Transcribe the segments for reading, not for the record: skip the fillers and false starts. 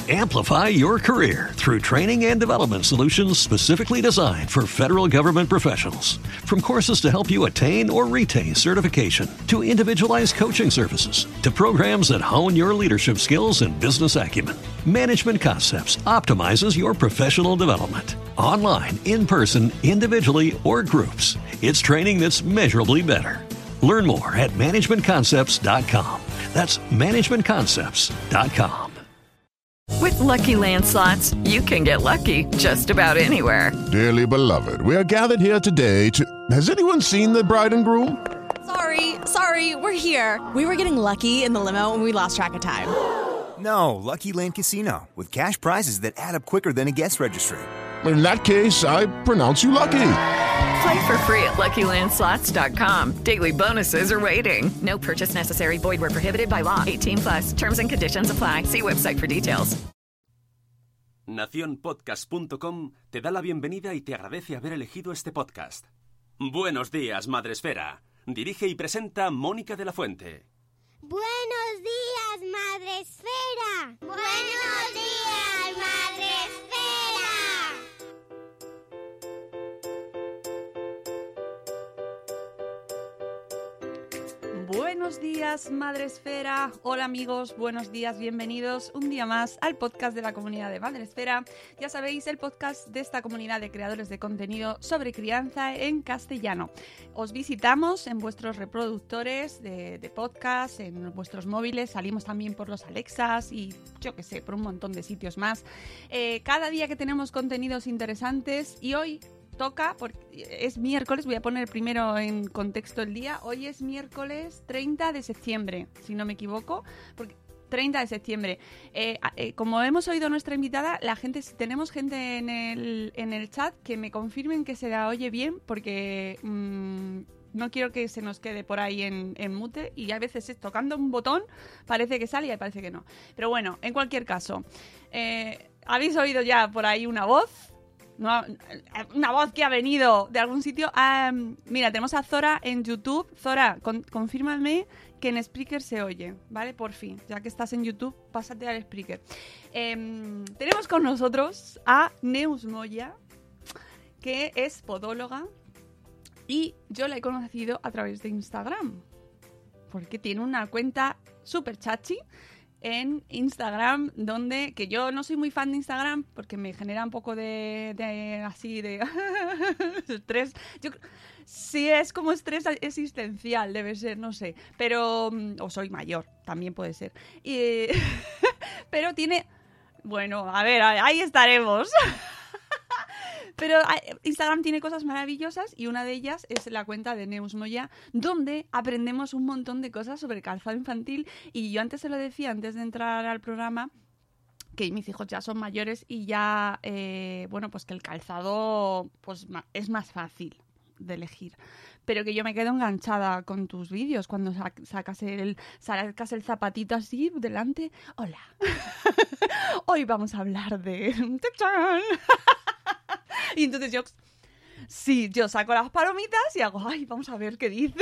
Amplify your career through training and development solutions specifically designed for federal government professionals. From courses to help you attain or retain certification, to individualized coaching services, to programs that hone your leadership skills and business acumen, Management Concepts optimizes your professional development. Online, in person, individually, or groups, it's training that's measurably better. Learn more at managementconcepts.com. That's managementconcepts.com. With Lucky Land Slots, you can get lucky just about anywhere. Dearly beloved, we are gathered here today to... Has anyone seen the bride and groom? Sorry, we're here. We were getting lucky in the limo and we lost track of time. No, Lucky Land Casino, with cash prizes that add up quicker than a guest registry. In that case, I pronounce you lucky. Play for free at LuckyLandSlots.com. Daily bonuses are waiting. No purchase necessary. Void where prohibited by law. 18+. Terms and conditions apply. See website for details. Nacionpodcast.com te da la bienvenida y te agradece haber elegido este podcast. Buenos días, Madresfera. Dirige y presenta Mónica de la Fuente. Buenos días, Madresfera. Buenos días, Madresfera. Buenos días, Madresfera. Hola amigos, buenos días, bienvenidos un día más al podcast de la comunidad de Madresfera. Ya sabéis, el podcast de esta comunidad de creadores de contenido sobre crianza en castellano. Os visitamos en vuestros reproductores de podcast, en vuestros móviles, salimos también por los Alexas y yo qué sé, por un montón de sitios más. Cada día que tenemos contenidos interesantes y hoy toca, porque es miércoles, voy a poner primero en contexto el día. Hoy es miércoles 30 de septiembre, si no me equivoco, porque 30 de septiembre. Como hemos oído a nuestra invitada, si tenemos gente en el chat, que me confirmen que se la oye bien, porque no quiero que se nos quede por ahí en mute, y a veces tocando un botón parece que sale y parece que no. Pero bueno, en cualquier caso, ¿habéis oído ya por ahí una voz? No, una voz que ha venido de algún sitio. Mira, tenemos a Zora en YouTube. Zora, confírmame que en Spreaker se oye, ¿vale? Por fin, ya que estás en YouTube, pásate al Spreaker. Tenemos con nosotros a Neus Moya, que es podóloga, y yo la he conocido a través de Instagram, porque tiene una cuenta súper chachi en Instagram, que yo no soy muy fan de Instagram porque me genera un poco de estrés. Sí, es como estrés existencial, debe ser, no sé, pero o soy mayor, también puede ser. Pero tiene, bueno, a ver, ahí estaremos. Pero Instagram tiene cosas maravillosas y una de ellas es la cuenta de Neus Moya, donde aprendemos un montón de cosas sobre calzado infantil. Y yo antes se lo decía, antes de entrar al programa, que mis hijos ya son mayores y ya, pues que el calzado pues es más fácil de elegir. Pero que yo me quedo enganchada con tus vídeos cuando sacas el zapatito así delante. Hola. Hoy vamos a hablar de... Y entonces yo saco las palomitas y hago, vamos a ver qué dice.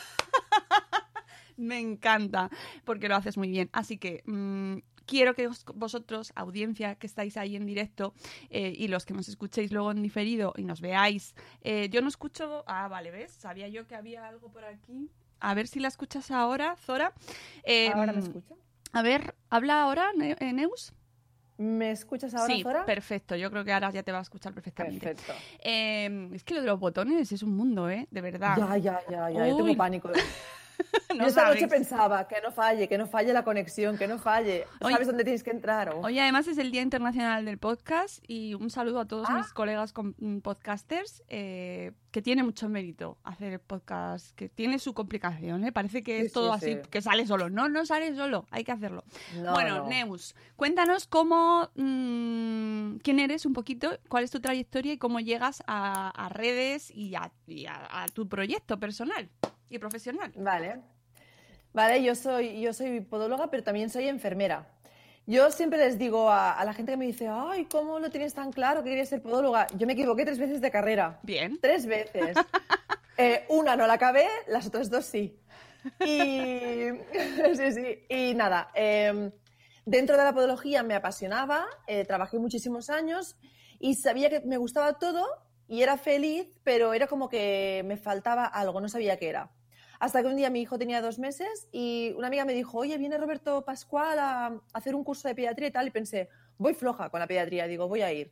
Me encanta, porque lo haces muy bien. Así que quiero que vosotros, audiencia que estáis ahí en directo, y los que nos escuchéis luego en diferido y nos veáis, yo no escucho... vale, ¿ves? Sabía yo que había algo por aquí. A ver si la escuchas ahora, Zora. ¿Ahora me escucha? A ver, ¿habla ahora, Neus? ¿Me escuchas ahora, Zora? Sí, perfecto. Yo creo que ahora ya te va a escuchar perfectamente. Perfecto. Es que lo de los botones es un mundo, de verdad. Ya. Yo tengo pánico. No yo esta sabes. noche pensaba que no falle la conexión, que no falle. ¿Sabes dónde tienes que entrar? Hoy además es el Día Internacional del Podcast y un saludo a todos mis colegas podcasters, que tiene mucho mérito hacer podcast, que tiene su complicación, Parece que es todo así, que sale solo. No sale solo, hay que hacerlo. No. Neus, cuéntanos quién eres un poquito, cuál es tu trayectoria y cómo llegas a redes y a tu proyecto personal y profesional. Vale, yo soy podóloga, pero también soy enfermera. Yo siempre les digo a la gente que me dice, ¿cómo lo tienes tan claro que querías ser podóloga? Yo me equivoqué 3 veces de carrera. Bien. 3 veces. Una no la acabé, las otras 2 sí. Y sí. Y nada, dentro de la podología me apasionaba, trabajé muchísimos años y sabía que me gustaba todo y era feliz, pero era como que me faltaba algo, no sabía qué era. Hasta que un día mi hijo tenía 2 meses y una amiga me dijo, oye, viene Roberto Pascual a hacer un curso de pediatría y tal, y pensé, voy floja con la pediatría, digo, voy a ir.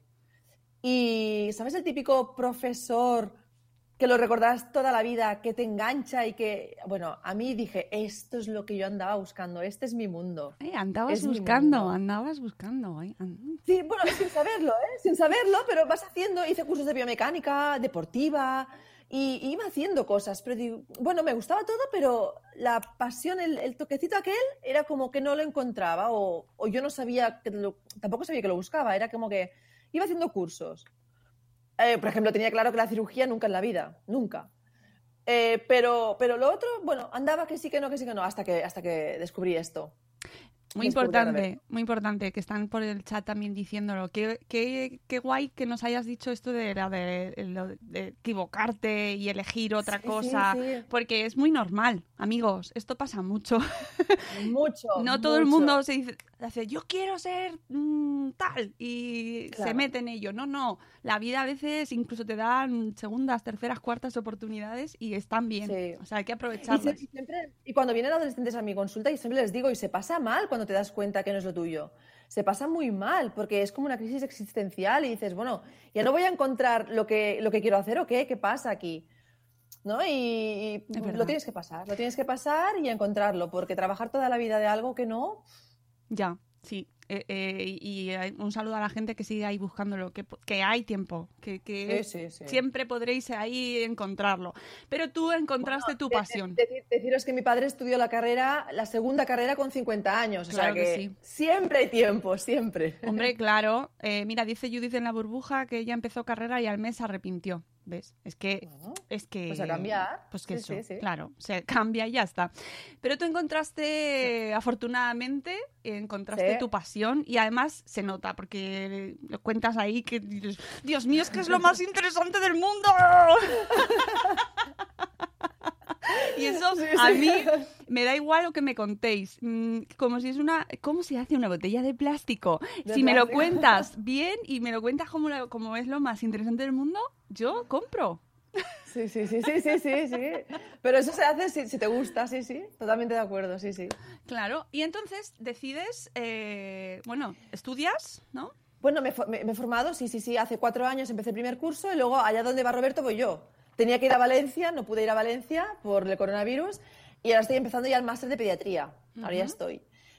Y, ¿sabes el típico profesor que lo recordarás toda la vida, que te engancha y que... Bueno, a mí dije, esto es lo que yo andaba buscando, este es mi mundo. Andabas buscando. Sí, bueno, sin saberlo, sin saberlo, pero vas haciendo, hice cursos de biomecánica, deportiva, y iba haciendo cosas, pero digo, bueno, me gustaba todo, pero la pasión, el toquecito aquel, era como que no lo encontraba, o yo no sabía, tampoco sabía que lo buscaba, era como que iba haciendo cursos. Por ejemplo, tenía claro que la cirugía nunca en la vida, nunca. Pero lo otro, bueno, andaba que sí, que no, hasta que descubrí esto. Muy importante, que están por el chat también diciéndolo. Qué guay que nos hayas dicho esto de equivocarte y elegir otra cosa, sí. porque es muy normal, amigos, esto pasa mucho. Mucho. No todo el mundo se dice, yo quiero ser tal, y claro, se mete en ello. No, la vida a veces incluso te dan segundas, terceras, cuartas oportunidades y están bien. Sí. O sea, hay que aprovecharlas. Y cuando vienen adolescentes a mi consulta, y siempre les digo, y se pasa mal cuando te das cuenta que no es lo tuyo. Se pasa muy mal, porque es como una crisis existencial y dices, bueno, ya no voy a encontrar lo que quiero hacer o qué pasa aquí, ¿no? Y lo tienes que pasar y encontrarlo, porque trabajar toda la vida de algo que no... Ya, sí. Y un saludo a la gente que sigue ahí buscándolo, que hay tiempo, que sí. Siempre podréis ahí encontrarlo. Pero tú encontraste tu pasión. Deciros que mi padre estudió la segunda carrera con 50 años, claro, o sea que sí. Siempre hay tiempo, siempre. Hombre, claro. Mira, dice Judith en la burbuja que ella empezó carrera y al mes se arrepintió. ¿Ves? Es que... Pues a cambiar. Pues que sí. Claro, se cambia y ya está. Pero tú encontraste, afortunadamente, tu pasión y además se nota, porque lo cuentas ahí que dices, Dios mío, es que es lo más interesante del mundo. Y eso a mí me da igual lo que me contéis, como si es ¿cómo se hace una botella de plástico? Si me lo cuentas bien y me lo cuentas como es lo más interesante del mundo, yo compro. Sí. Pero eso se hace si te gusta, sí, totalmente de acuerdo, sí. Claro, y entonces decides, estudias, ¿no? Bueno, me he formado, sí, hace 4 años empecé el primer curso y luego allá donde va Roberto voy yo. Tenía que ir a Valencia, no pude ir a Valencia por el coronavirus y ahora estoy empezando ya el máster de pediatría. Ahora ya estoy.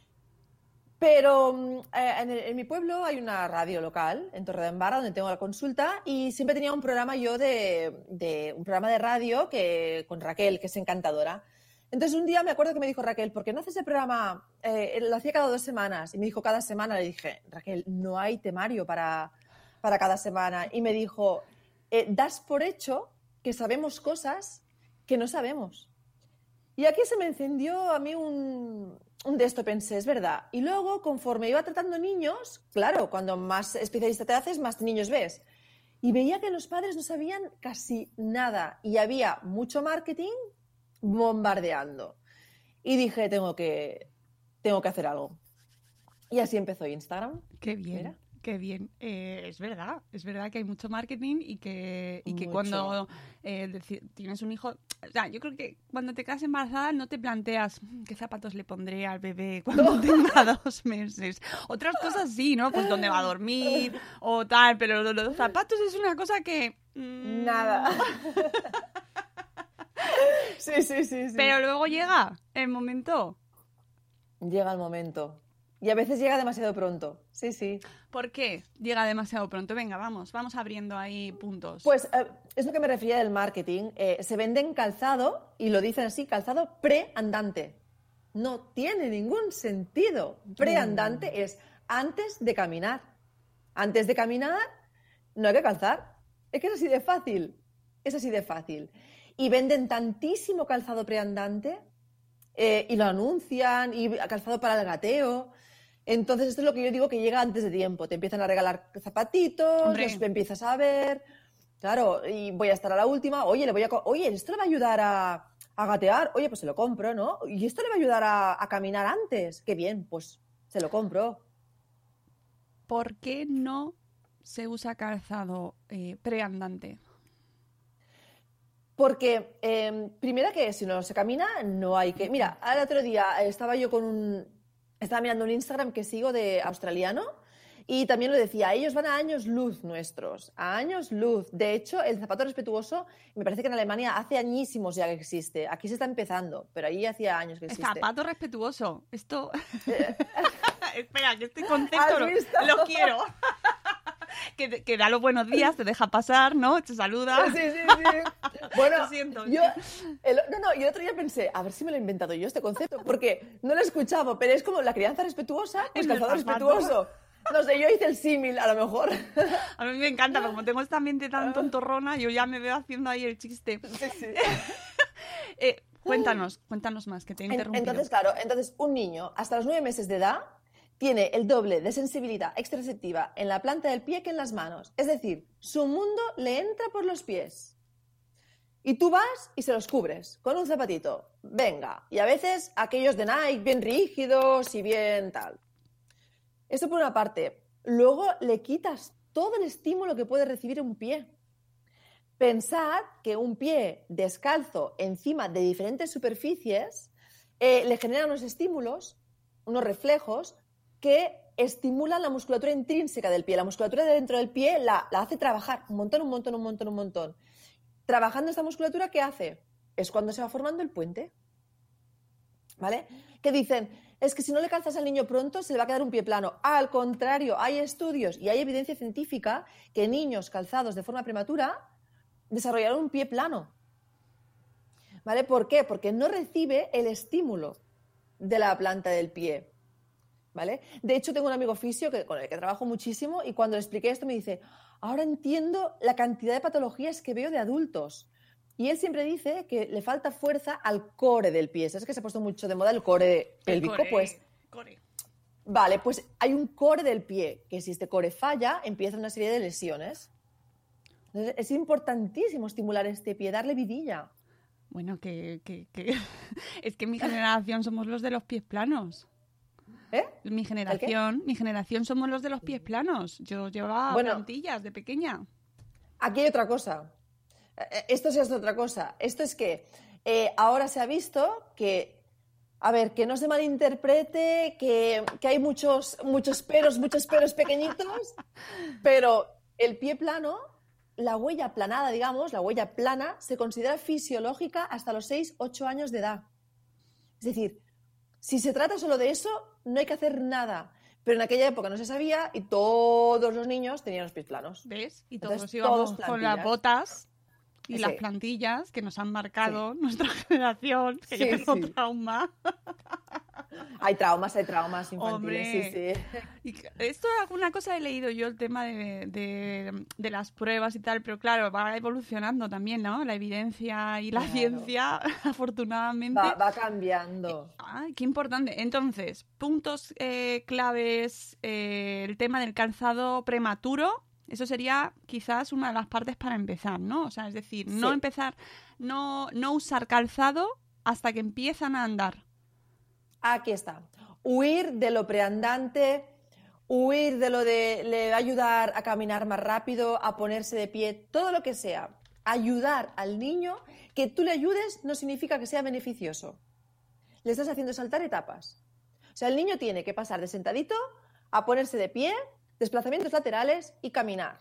Pero en mi pueblo hay una radio local, en Torredembarra, donde tengo la consulta, y siempre tenía un programa yo un programa de radio con Raquel, que es encantadora. Entonces un día me acuerdo que me dijo Raquel, ¿por qué no haces el programa? Lo hacía cada 2 semanas y me dijo cada semana. Le dije, Raquel, no hay temario para cada semana. Y me dijo, das por hecho que sabemos cosas que no sabemos. Y aquí se me encendió a mí un de esto, pensé, es verdad. Y luego, conforme iba tratando niños, claro, cuando más especialista te haces, más niños ves. Y veía que los padres no sabían casi nada. Y había mucho marketing bombardeando. Y dije, tengo que hacer algo. Y así empezó Instagram. Qué bien. Mira. Qué bien. Es verdad que hay mucho marketing y que cuando tienes un hijo... O sea, yo creo que cuando te quedas embarazada no te planteas qué zapatos le pondré al bebé cuando tenga 2 meses. Otras cosas sí, ¿no? Pues dónde va a dormir o tal, pero los zapatos es una cosa que... Nada. Sí. Pero luego llega el momento. Llega el momento. Y a veces llega demasiado pronto, sí. ¿Por qué llega demasiado pronto? Venga, vamos abriendo ahí puntos. Pues es lo que me refería del marketing. Se venden calzado, y lo dicen así, calzado preandante. No tiene ningún sentido. Preandante es antes de caminar. Antes de caminar no hay que calzar. Es que es así de fácil. Y venden tantísimo calzado preandante y lo anuncian, y calzado para el gateo. Entonces, esto es lo que yo digo, que llega antes de tiempo. Te empiezan a regalar zapatitos, los empiezas a ver. Claro, y voy a estar a la última. Oye, esto le va a ayudar a gatear. Oye, pues se lo compro, ¿no? Y esto le va a ayudar a caminar antes. Qué bien, pues se lo compro. ¿Por qué no se usa calzado preandante? Porque, primero que si no se camina, no hay que... Mira, el otro día estaba mirando un Instagram que sigo de australiano y también lo decía, ellos van a años luz nuestros, a años luz. De hecho, el zapato respetuoso, me parece que en Alemania hace añísimos ya que existe. Aquí se está empezando, pero ahí hacía años que existe. El zapato respetuoso, esto... Espera, que este concepto lo quiero. Que da los buenos días, te deja pasar, ¿no? Te saluda. Sí. Bueno, lo siento. Yo el otro día pensé, a ver si me lo he inventado yo este concepto, porque no lo he escuchado, pero es como la crianza respetuosa, pues calzado respetuoso. No sé, yo hice el símil, a lo mejor. A mí me encanta, pero como tengo esta mente tan tontorrona, yo ya me veo haciendo ahí el chiste. Sí. Cuéntanos más, que te he interrumpido. Entonces un niño hasta los 9 meses de edad tiene el doble de sensibilidad extraceptiva en la planta del pie que en las manos. Es decir, su mundo le entra por los pies. Y tú vas y se los cubres con un zapatito. Venga. Y a veces aquellos de Nike bien rígidos y bien tal. Eso por una parte. Luego le quitas todo el estímulo que puede recibir un pie. Pensad que un pie descalzo encima de diferentes superficies le genera unos estímulos, unos reflejos, que estimulan la musculatura intrínseca del pie. La musculatura de dentro del pie la hace trabajar un montón. Trabajando esta musculatura, ¿qué hace? Es cuando se va formando el puente. ¿Vale? Que dicen, es que si no le calzas al niño pronto se le va a quedar un pie plano. Al contrario, hay estudios y hay evidencia científica que niños calzados de forma prematura desarrollaron un pie plano. ¿Vale? ¿Por qué? Porque no recibe el estímulo de la planta del pie. ¿Vale? De hecho, tengo un amigo fisio con el que trabajo muchísimo y cuando le expliqué esto me dice, ahora entiendo la cantidad de patologías que veo de adultos. Y él siempre dice que le falta fuerza al core del pie. ¿Sabes que se ha puesto mucho de moda el core pélvico? Core. Vale, pues hay un core del pie, que si este core falla, empieza una serie de lesiones. Entonces, es importantísimo estimular este pie, darle vidilla. Bueno, es que en mi generación somos los de los pies planos. Mi generación somos los de los pies planos. Yo llevaba plantillas de pequeña. Aquí hay otra cosa. Esto sí es otra cosa. Esto es que ahora se ha visto que, a ver, que no se malinterprete, que hay muchos peros pequeñitos, pero el pie plano, la huella planada, digamos, la huella plana, se considera fisiológica hasta los 6-8 años de edad. Es decir, si se trata solo de eso, no hay que hacer nada. Pero en aquella época no se sabía y todos los niños tenían los pies planos. ¿Ves? Y todos íbamos con las botas y las plantillas que nos han marcado nuestra generación, que yo tengo trauma. Hay traumas infantiles, Hombre. Y esto es alguna cosa he leído yo, el tema de las pruebas y tal, pero claro, va evolucionando también, ¿no? La evidencia y la ciencia, afortunadamente. Va cambiando. Ay, qué importante. Entonces, puntos claves, el tema del calzado prematuro. Eso sería quizás una de las partes para empezar, ¿no? O sea, es decir, no usar calzado hasta que empiezan a andar. Aquí está. Huir de lo preandante, huir de lo de le va a ayudar a caminar más rápido, a ponerse de pie, todo lo que sea. Ayudar al niño, que tú le ayudes no significa que sea beneficioso. Le estás haciendo saltar etapas. O sea, el niño tiene que pasar de sentadito a ponerse de pie, desplazamientos laterales y caminar.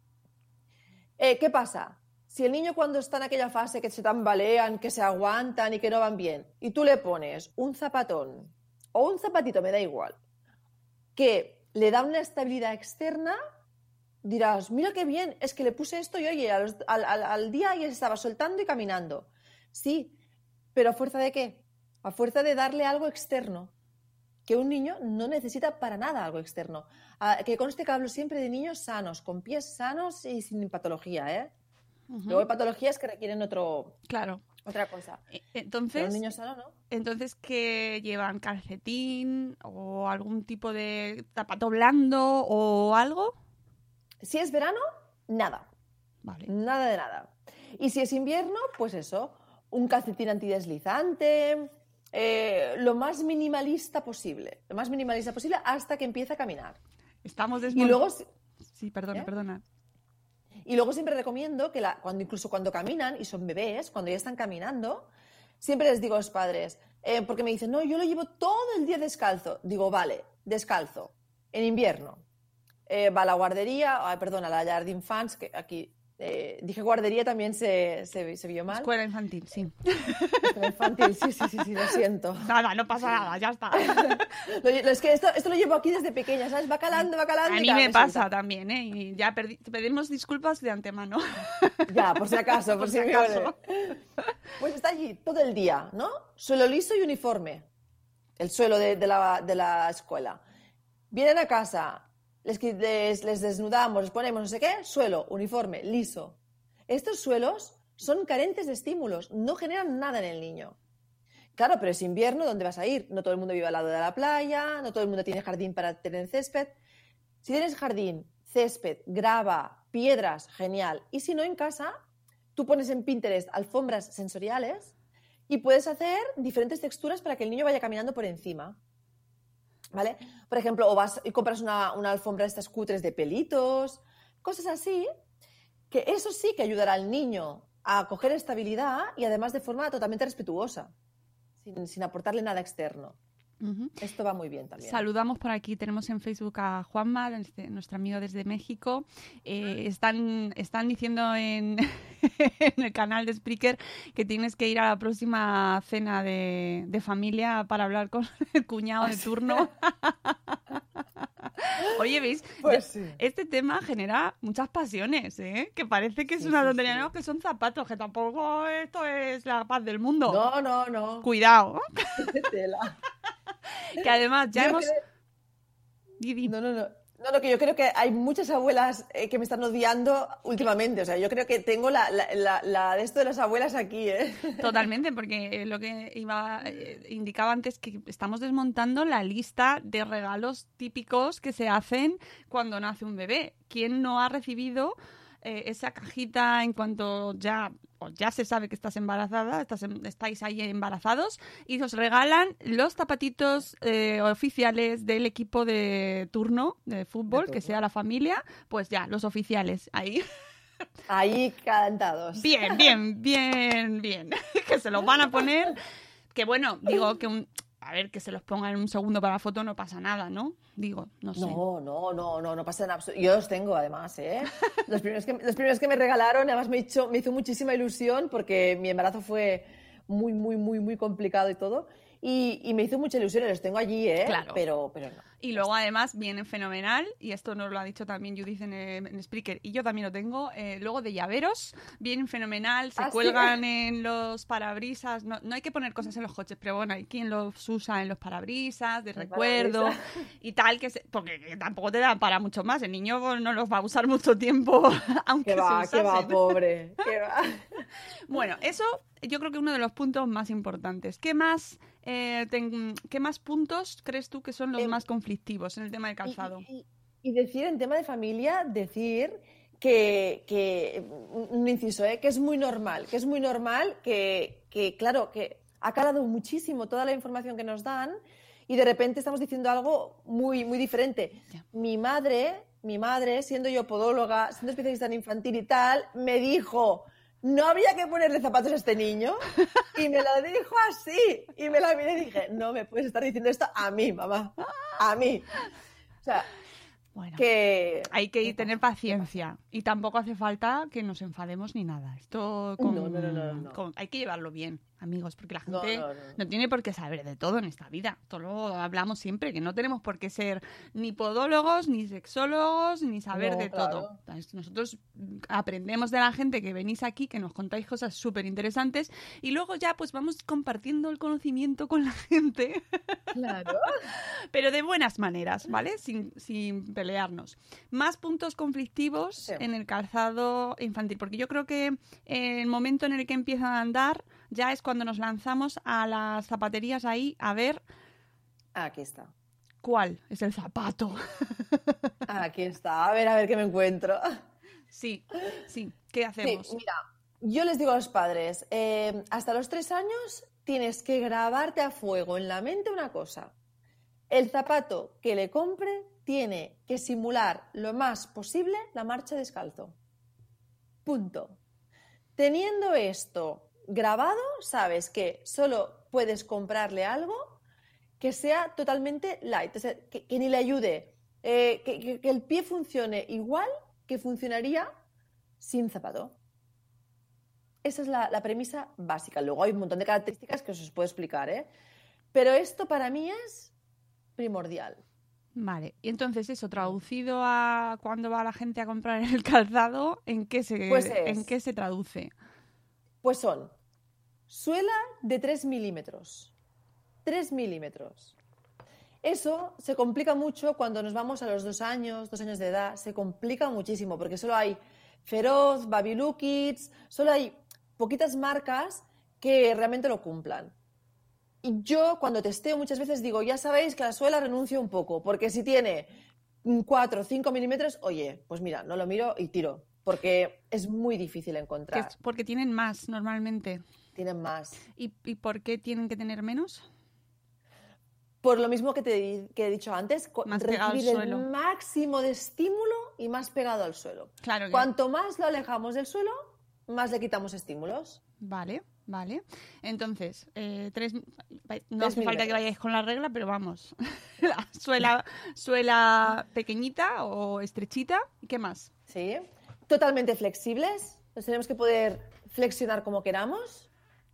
¿Qué pasa? Si el niño cuando está en aquella fase que se tambalean, que se aguantan y que no van bien, y tú le pones un zapatón o un zapatito, me da igual, que le da una estabilidad externa, dirás, mira qué bien, es que le puse esto y oye, al día ya se estaba soltando y caminando. Sí, pero ¿a fuerza de qué? A fuerza de darle algo externo. Que un niño no necesita para nada algo externo. Que conste que hablo siempre de niños sanos, con pies sanos y sin patología, ¿eh? Luego hay patologías que requieren otra cosa. Entonces, pero un niño sano, ¿no? Entonces, ¿qué llevan? ¿Calcetín o algún tipo de zapato blando o algo? Si es verano, nada. Vale. Nada de nada. Y si es invierno, pues eso, un calcetín antideslizante, lo más minimalista posible. Lo más minimalista posible hasta que empieza a caminar. Estamos Y luego... Sí, perdona. Y luego siempre recomiendo que incluso cuando caminan, y son bebés, cuando ya están caminando, siempre les digo a los padres, porque me dicen, no, yo lo llevo todo el día descalzo. Digo, vale, descalzo, en invierno. Va a la guardería, a la llar d'infants, que aquí dije guardería, también se vio mal. Escuela infantil, sí. Escuela infantil, sí, lo siento. Nada, no pasa nada, ya está. Es que esto lo llevo aquí desde pequeña, ¿sabes? Va calando. A mí me pasa también, ¿eh? Y ya pedimos disculpas de antemano. Ya, por si acaso, por si acaso. Pues está allí todo el día, ¿no? Suelo liso y uniforme. El suelo de la escuela. Vienen a casa, les desnudamos, les ponemos no sé qué, suelo, uniforme, liso. Estos suelos son carentes de estímulos, no generan nada en el niño. Claro, pero es invierno, ¿dónde vas a ir? No todo el mundo vive al lado de la playa, no todo el mundo tiene jardín para tener césped. Si tienes jardín, césped, grava, piedras, genial. Y si no, en casa, tú pones en Pinterest alfombras sensoriales y puedes hacer diferentes texturas para que el niño vaya caminando por encima. ¿Vale? Por ejemplo, o vas y compras una alfombra de estas cutres de pelitos, cosas así, que eso sí que ayudará al niño a coger estabilidad y además de forma totalmente respetuosa, sin aportarle nada externo. Uh-huh. Esto va muy bien también. Saludamos por aquí, tenemos en Facebook a Juanma, nuestro amigo desde México. Están diciendo en el canal de Spreaker que tienes que ir a la próxima cena de familia para hablar con el cuñado de turno. Oye, ¿veis? Pues sí. Este tema genera muchas pasiones, ¿eh? Que parece que es una tontería, sí. No, que son zapatos, que tampoco esto es la paz del mundo. No. Cuidado. Tela. Que además ya No, que yo creo que hay muchas abuelas que me están odiando últimamente. O sea, yo creo que tengo la de esto de las abuelas aquí, ¿eh? Totalmente, porque lo que indicaba antes que estamos desmontando la lista de regalos típicos que se hacen cuando nace un bebé. ¿Quién no ha recibido esa cajita en cuanto ya se sabe que estás embarazada, estáis ahí embarazados y os regalan los zapatitos oficiales del equipo de turno de fútbol, que sea la familia, pues ya, los oficiales, ahí. Ahí cantados. Bien. Que se los van a poner, que bueno, digo que que se los pongan en un segundo para la foto no pasa nada, ¿no? Digo, no sé. No pasa nada. Yo los tengo, además, ¿eh? Los primeros que me regalaron, además me hizo muchísima ilusión porque mi embarazo fue muy, muy, muy, muy complicado y todo. Y me hizo mucha ilusión y los tengo allí, ¿eh? Claro. Pero no. Y luego, además, viene fenomenal, y esto nos lo ha dicho también Judith en Spreaker, y yo también lo tengo, luego de llaveros, vienen fenomenal, se cuelgan en los parabrisas, no hay que poner cosas en los coches, pero bueno, hay quien los usa en los parabrisas, de recuerdo, y tal, porque tampoco te dan para mucho más, el niño no los va a usar mucho tiempo, aunque que va, pobre, que va. Bueno, eso yo creo que es uno de los puntos más importantes. ¿Qué más puntos crees tú que son los más conflictivos en el tema del calzado? Y decir, en tema de familia, que un inciso, que es muy normal, que claro, que ha calado muchísimo toda la información que nos dan y de repente estamos diciendo algo muy, muy diferente. Yeah. Mi madre, siendo yo podóloga, siendo especialista en infantil y tal, me dijo... No había que ponerle zapatos a este niño y me lo dijo así y me la miré y dije, no me puedes estar diciendo esto a mí, mamá, a mí. O sea, bueno, que... hay que tener paciencia y tampoco hace falta que nos enfademos ni nada. Esto no. Hay que llevarlo bien, amigos, porque la gente no tiene por qué saber de todo en esta vida. Todo lo hablamos siempre, que no tenemos por qué ser ni podólogos, ni sexólogos, ni saber de todo. Nosotros aprendemos de la gente que venís aquí, que nos contáis cosas súper interesantes y luego ya pues vamos compartiendo el conocimiento con la gente. Claro. Pero de buenas maneras, ¿vale? Sin pelearnos. Más puntos conflictivos en el calzado infantil, porque yo creo que el momento en el que empiezan a andar ya es cuando nos lanzamos a las zapaterías ahí a ver... Aquí está. ¿Cuál es el zapato? Aquí está. A ver qué me encuentro. Sí. ¿Qué hacemos? Sí, mira, yo les digo a los padres, hasta los 3 años tienes que grabarte a fuego en la mente una cosa. El zapato que le compre tiene que simular lo más posible la marcha descalzo. Punto. Teniendo esto grabado, sabes que solo puedes comprarle algo que sea totalmente light, o sea, que ni le ayude, que el pie funcione igual que funcionaría sin zapato. Esa es la premisa básica. Luego hay un montón de características que os puedo explicar, ¿eh? Pero esto para mí es primordial. Vale, y entonces eso, traducido a cuando va la gente a comprar el calzado, ¿en qué se traduce? Pues son suela de 3 milímetros. 3 milímetros. Eso se complica mucho cuando nos vamos a los 2 años de edad. Se complica muchísimo porque solo hay Feroz, Babyloo Kids, solo hay poquitas marcas que realmente lo cumplan. Y yo cuando testeo muchas veces digo, ya sabéis que la suela renuncio un poco, porque si tiene 4 o 5 milímetros, oye, pues mira, no lo miro y tiro, porque es muy difícil encontrar. Porque tienen más normalmente. Tienen más. ¿Y por qué tienen que tener menos? Por lo mismo que he dicho antes, más pegado al recibir suelo. El máximo de estímulo y más pegado al suelo. Claro que... Cuanto más lo alejamos del suelo, más le quitamos estímulos. Vale. Entonces, no hace falta que vayáis con la regla, pero vamos. suela pequeñita o estrechita. ¿Y qué más? Sí. Totalmente flexibles. Nos tenemos que poder flexionar como queramos.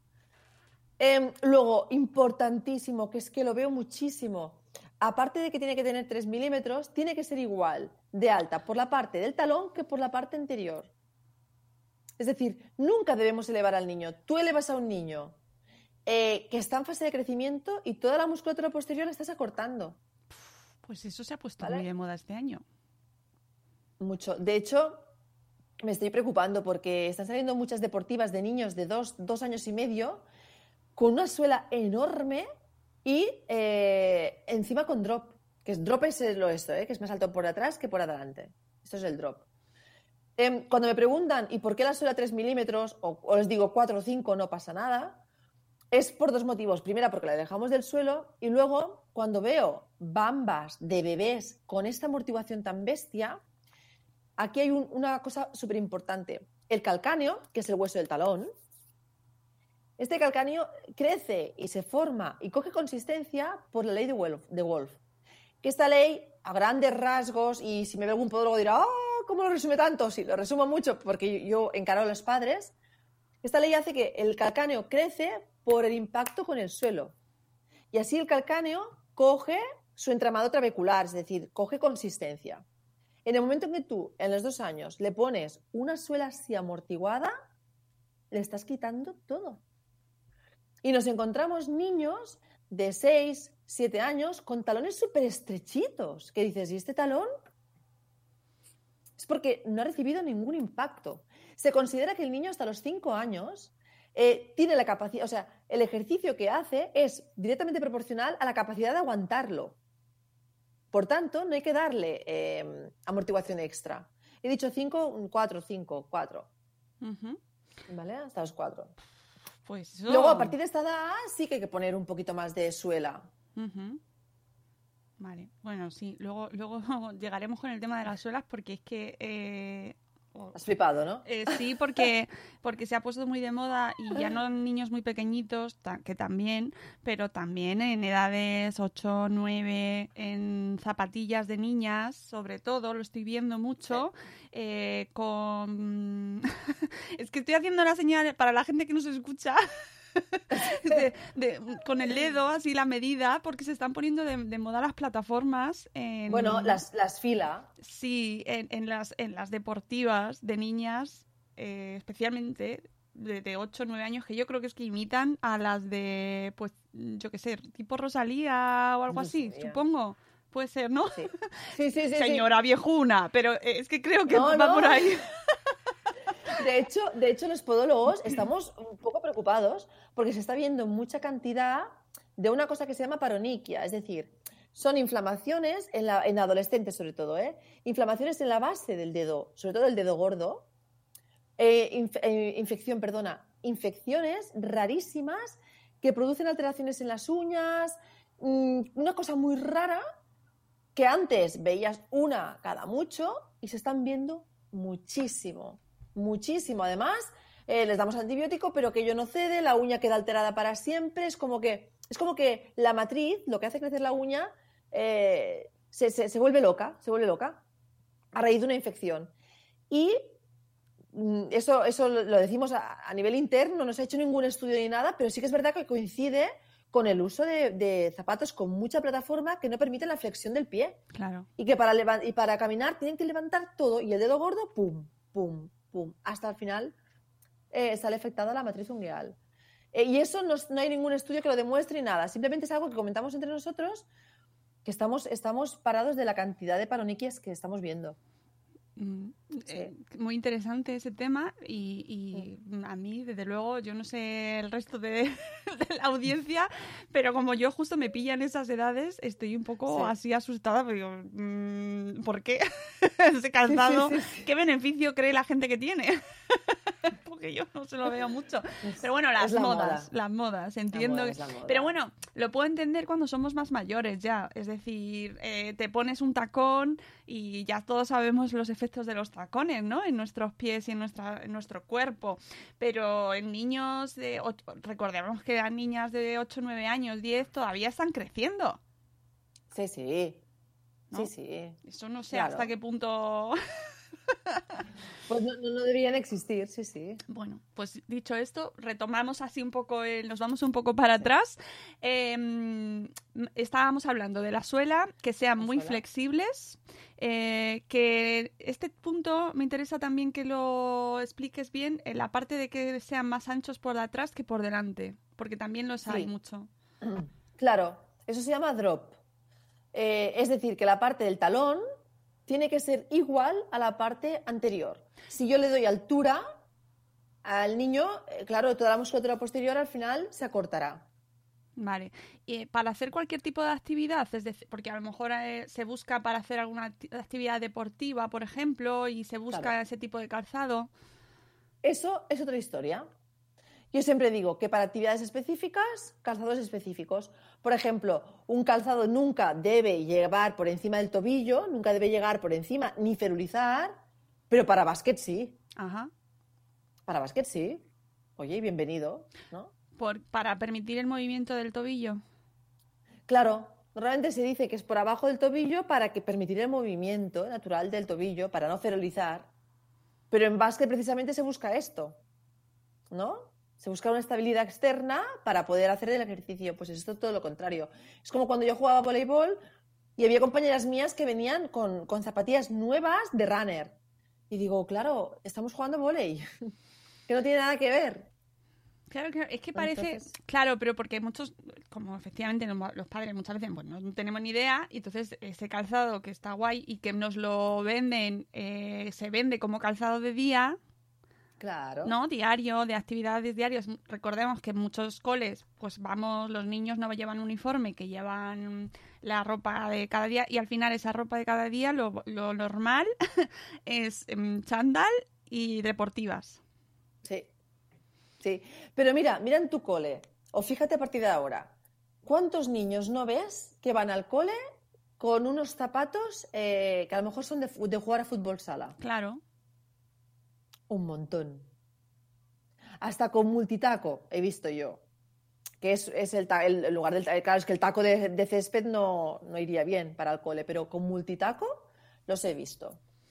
Luego, importantísimo, que es que lo veo muchísimo. Aparte de que tiene que tener 3 milímetros, tiene que ser igual de alta por la parte del talón que por la parte anterior. Es decir, nunca debemos elevar al niño. Tú elevas a un niño que está en fase de crecimiento y toda la musculatura posterior la estás acortando. Pues eso se ha puesto muy de moda este año. Mucho. De hecho, me estoy preocupando porque están saliendo muchas deportivas de niños de 2 años y medio con una suela enorme y encima con drop. Que es drop es esto, que es más alto por atrás que por adelante. Esto es el drop. Cuando me preguntan ¿y por qué la suela 3 milímetros? O les digo 4 o 5, no pasa nada. Es por 2 motivos. Primera, porque la dejamos del suelo. Y luego, cuando veo bambas de bebés con esta amortiguación tan bestia, aquí hay una cosa súper importante. El calcáneo, que es el hueso del talón, este calcáneo crece y se forma y coge consistencia por la ley de Wolff. Que esta ley, a grandes rasgos, y si me ve algún podólogo dirá, ¿cómo lo resume tanto? Sí, lo resumo mucho porque yo encaro a los padres. Esta ley hace que el calcáneo crece por el impacto con el suelo. Y así el calcáneo coge su entramado trabecular, es decir, coge consistencia. En el momento en que tú, en los 2 años, le pones una suela así amortiguada, le estás quitando todo. Y nos encontramos niños de 6, 7 años con talones súper estrechitos. ¿Qué dices? ¿Y este talón? Es porque no ha recibido ningún impacto. Se considera que el niño hasta los 5 años tiene la capacidad, o sea, el ejercicio que hace es directamente proporcional a la capacidad de aguantarlo. Por tanto, no hay que darle amortiguación extra. He dicho 5, 4, 5, 4. Uh-huh. ¿Vale? Hasta los 4. Pues eso... Luego, a partir de esta edad, sí que hay que poner un poquito más de suela. Uh-huh. Vale, bueno, sí. Luego llegaremos con el tema de las suelas porque es que... Has flipado, ¿no? Sí, porque se ha puesto muy de moda y ya no en niños muy pequeñitos, que también, pero también en edades 8, 9, en zapatillas de niñas, sobre todo, lo estoy viendo mucho, sí. Con... Es que estoy haciendo la señal para la gente que nos escucha... con el dedo, así la medida, porque se están poniendo de moda las plataformas. Bueno, las fila. Sí, en las deportivas de niñas, especialmente de 8 o 9 años, que yo creo que es que imitan a las de, pues, yo qué sé, tipo Rosalía o algo así, supongo. Puede ser, ¿no? Sí. Señora viejuna, pero es que creo que va por ahí. De hecho, los podólogos estamos un poco preocupados porque se está viendo mucha cantidad de una cosa que se llama paroniquia, es decir, son inflamaciones en adolescentes sobre todo, inflamaciones en la base del dedo, sobre todo el dedo gordo, infecciones rarísimas que producen alteraciones en las uñas, una cosa muy rara que antes veías una cada mucho y se están viendo muchísimo. Además, les damos antibiótico, pero que ello no cede, la uña queda alterada para siempre. Es como que la matriz, lo que hace crecer la uña, se vuelve loca a raíz de una infección. Y eso lo decimos a nivel interno, no se ha hecho ningún estudio ni nada, pero sí que es verdad que coincide con el uso de zapatos con mucha plataforma que no permiten la flexión del pie. Claro. Y que para caminar tienen que levantar todo y el dedo gordo, pum, pum, pum, hasta el final sale afectada la matriz ungueal. Y eso no hay ningún estudio que lo demuestre ni nada. Simplemente es algo que comentamos entre nosotros, que estamos parados de la cantidad de paroniquias que estamos viendo. Muy interesante ese tema y a mí, desde luego, yo no sé el resto de la audiencia, pero como yo justo me pillan esas edades, estoy un poco así asustada, porque digo, ¿por qué? Ese calzado, ¿qué beneficio cree la gente que tiene? Porque yo no se lo veo mucho. Pero bueno, las modas, entiendo. La moda. Pero bueno, lo puedo entender cuando somos más mayores ya. Es decir, te pones un tacón y ya todos sabemos los efectos de los tacones, ¿no? En nuestros pies y en nuestro cuerpo. Pero en niños, recordemos que las niñas de 8, 9 años, 10, todavía están creciendo. Sí. ¿No? Sí. Eso no sé hasta qué punto... Pues no deberían existir, sí. Bueno, pues dicho esto, retomamos así un poco, nos vamos un poco para atrás. Estábamos hablando de la suela, que sean muy flexibles, que este punto me interesa también que lo expliques bien, en la parte de que sean más anchos por detrás que por delante, porque también los hay mucho. Claro, eso se llama drop. Es decir, que la parte del talón tiene que ser igual a la parte anterior. Si yo le doy altura al niño, claro, toda la musculatura posterior al final se acortará. Vale. Y para hacer cualquier tipo de actividad, es decir, porque a lo mejor se busca para hacer alguna actividad deportiva, por ejemplo, y se busca ese tipo de calzado. Eso es otra historia. Yo siempre digo que para actividades específicas, calzados específicos. Por ejemplo, un calzado nunca debe llevar por encima del tobillo, nunca debe llegar por encima ni ferulizar, pero para básquet sí. Ajá. Para básquet sí. Oye, bienvenido, ¿no? Para permitir el movimiento del tobillo. Claro, normalmente se dice que es por abajo del tobillo para que permitir el movimiento natural del tobillo, para no ferulizar. Pero en básquet precisamente se busca esto, ¿no? Se busca una estabilidad externa para poder hacer el ejercicio. Pues esto es todo lo contrario. Es como cuando yo jugaba voleibol y había compañeras mías que venían con zapatillas nuevas de runner. Y digo, claro, estamos jugando vóley, que no tiene nada que ver. Claro, es que parece... Entonces... Claro, pero porque muchos, como efectivamente los padres muchas veces pues, no tenemos ni idea, y entonces ese calzado que está guay y que nos lo venden, se vende como calzado de día... Claro. ¿No? Diario, de actividades diarias. Recordemos que en muchos coles, pues los niños no llevan uniforme, que llevan la ropa de cada día, y al final esa ropa de cada día, lo normal es chándal y deportivas. Sí. Pero mira en tu cole, o fíjate a partir de ahora, ¿cuántos niños no ves que van al cole con unos zapatos que a lo mejor son de jugar a fútbol sala? Claro. Un montón. Hasta con multitaco he visto yo. Que es el lugar del... Claro, es que el taco de césped no iría bien para el cole, pero con multitaco los he visto.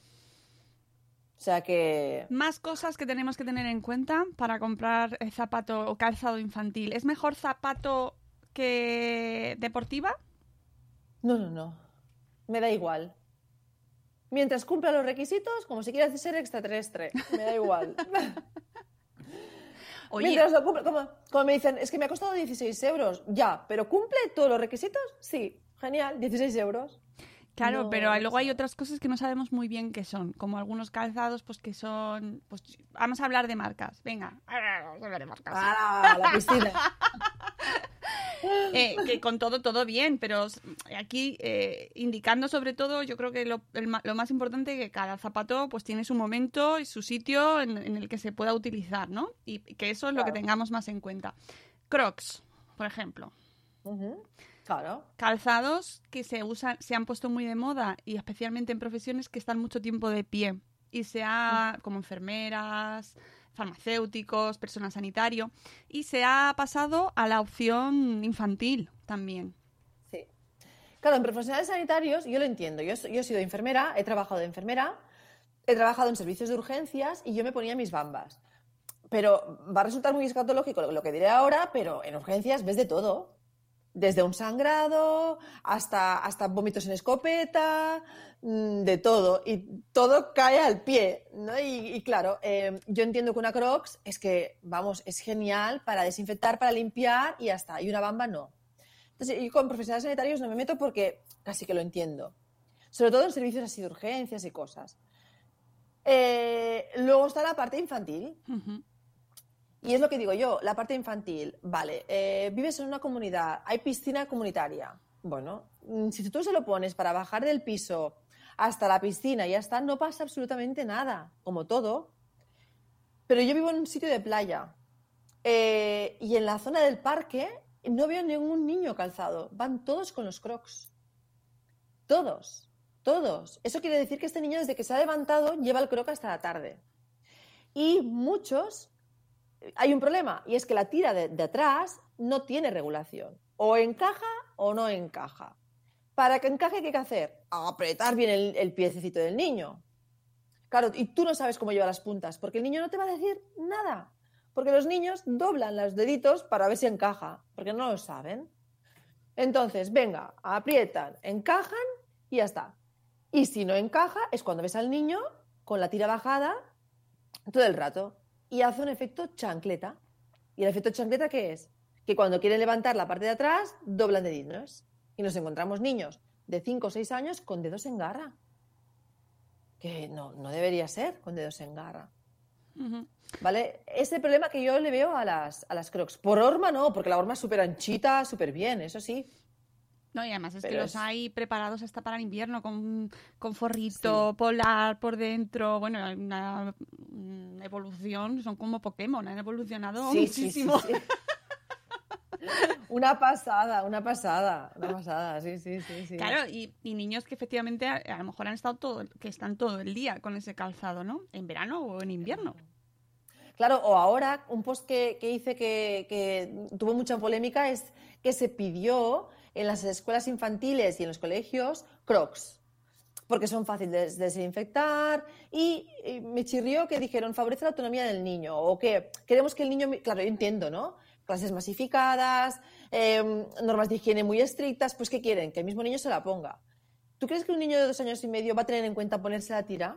O sea que... Más cosas que tenemos que tener en cuenta para comprar zapato o calzado infantil. ¿Es mejor zapato que deportiva? No. Me da igual. Mientras cumpla los requisitos, como si quieras ser extraterrestre, me da igual. Oye. Mientras lo cumple, como me dicen, es que me ha costado 16 euros. Ya, pero ¿cumple todos los requisitos? Sí, genial, 16 euros. Claro, pero luego hay otras cosas que no sabemos muy bien qué son, como algunos calzados, pues que son... Pues vamos a hablar de marcas, venga. Vamos a hablar de marcas. La piscina. Que con todo bien, pero aquí indicando sobre todo, yo creo que lo más importante es que cada zapato pues tiene su momento y su sitio en el que se pueda utilizar, ¿no? Y que eso es lo que tengamos más en cuenta. Crocs. por ejemplo. Claro. Calzados que se han puesto muy de moda y especialmente en profesiones que están mucho tiempo de pie. Y sea como enfermeras, farmacéuticos, personal sanitario. Y se ha pasado a la opción infantil también. Sí. Claro, en profesionales sanitarios yo lo entiendo. Yo he sido enfermera, he trabajado de enfermera, he trabajado en servicios de urgencias y yo me ponía mis bambas. Pero va a resultar muy escatológico lo que diré ahora, pero en urgencias ves de todo. Desde un sangrado hasta vómitos en escopeta, de todo. Y todo cae al pie, ¿no? Y claro, yo entiendo que una Crocs es que, vamos, es genial para desinfectar, para limpiar y ya está. Y una bamba no. Entonces, yo con profesionales sanitarios no me meto porque casi que lo entiendo. Sobre todo en servicios así de urgencias y cosas. Luego está la parte infantil. Uh-huh. Y es lo que digo yo, la parte infantil, vale, vives en una comunidad, hay piscina comunitaria. Bueno, si tú se lo pones para bajar del piso hasta la piscina y ya está, no pasa absolutamente nada, como todo. Pero yo vivo en un sitio de playa y en la zona del parque no veo ningún niño calzado, van todos con los Crocs. Todos. Eso quiere decir que este niño desde que se ha levantado lleva el Croc hasta la tarde. Y muchos... Hay un problema, y es que la tira de atrás no tiene regulación. O encaja o no encaja. Para que encaje, ¿qué hay que hacer? Apretar bien el piececito del niño. Claro, y tú no sabes cómo lleva las puntas, porque el niño no te va a decir nada. Porque los niños doblan los deditos para ver si encaja, porque no lo saben. Entonces, venga, aprietan, encajan y ya está. Y si no encaja, es cuando ves al niño con la tira bajada todo el rato. Y hace un efecto chancleta. ¿Y el efecto chancleta qué es? Que cuando quieren levantar la parte de atrás, doblan deditos. Y nos encontramos niños de 5 o 6 años con dedos en garra. Que no debería ser con dedos en garra. Uh-huh. ¿Vale? Es el problema que yo le veo a las Crocs. Por horma no, porque la horma es súper anchita, súper bien, eso sí. No, y además es Pero que los hay preparados hasta para el invierno, con forrito polar por dentro. Bueno, hay una evolución, son como Pokémon, han evolucionado muchísimo. Sí. Una pasada, sí. Claro, y niños que efectivamente a lo mejor están todo el día con ese calzado, ¿no? En verano o en invierno. Claro, o ahora, un post que hice que tuvo mucha polémica es que se pidió en las escuelas infantiles y en los colegios Crocs, porque son fáciles de desinfectar y me chirrió que dijeron favorece la autonomía del niño o que queremos que el niño, claro, yo entiendo, ¿no? Clases masificadas, normas de higiene muy estrictas, pues ¿qué quieren? Que el mismo niño se la ponga. ¿Tú crees que un niño de 2 años y medio va a tener en cuenta ponerse la tira?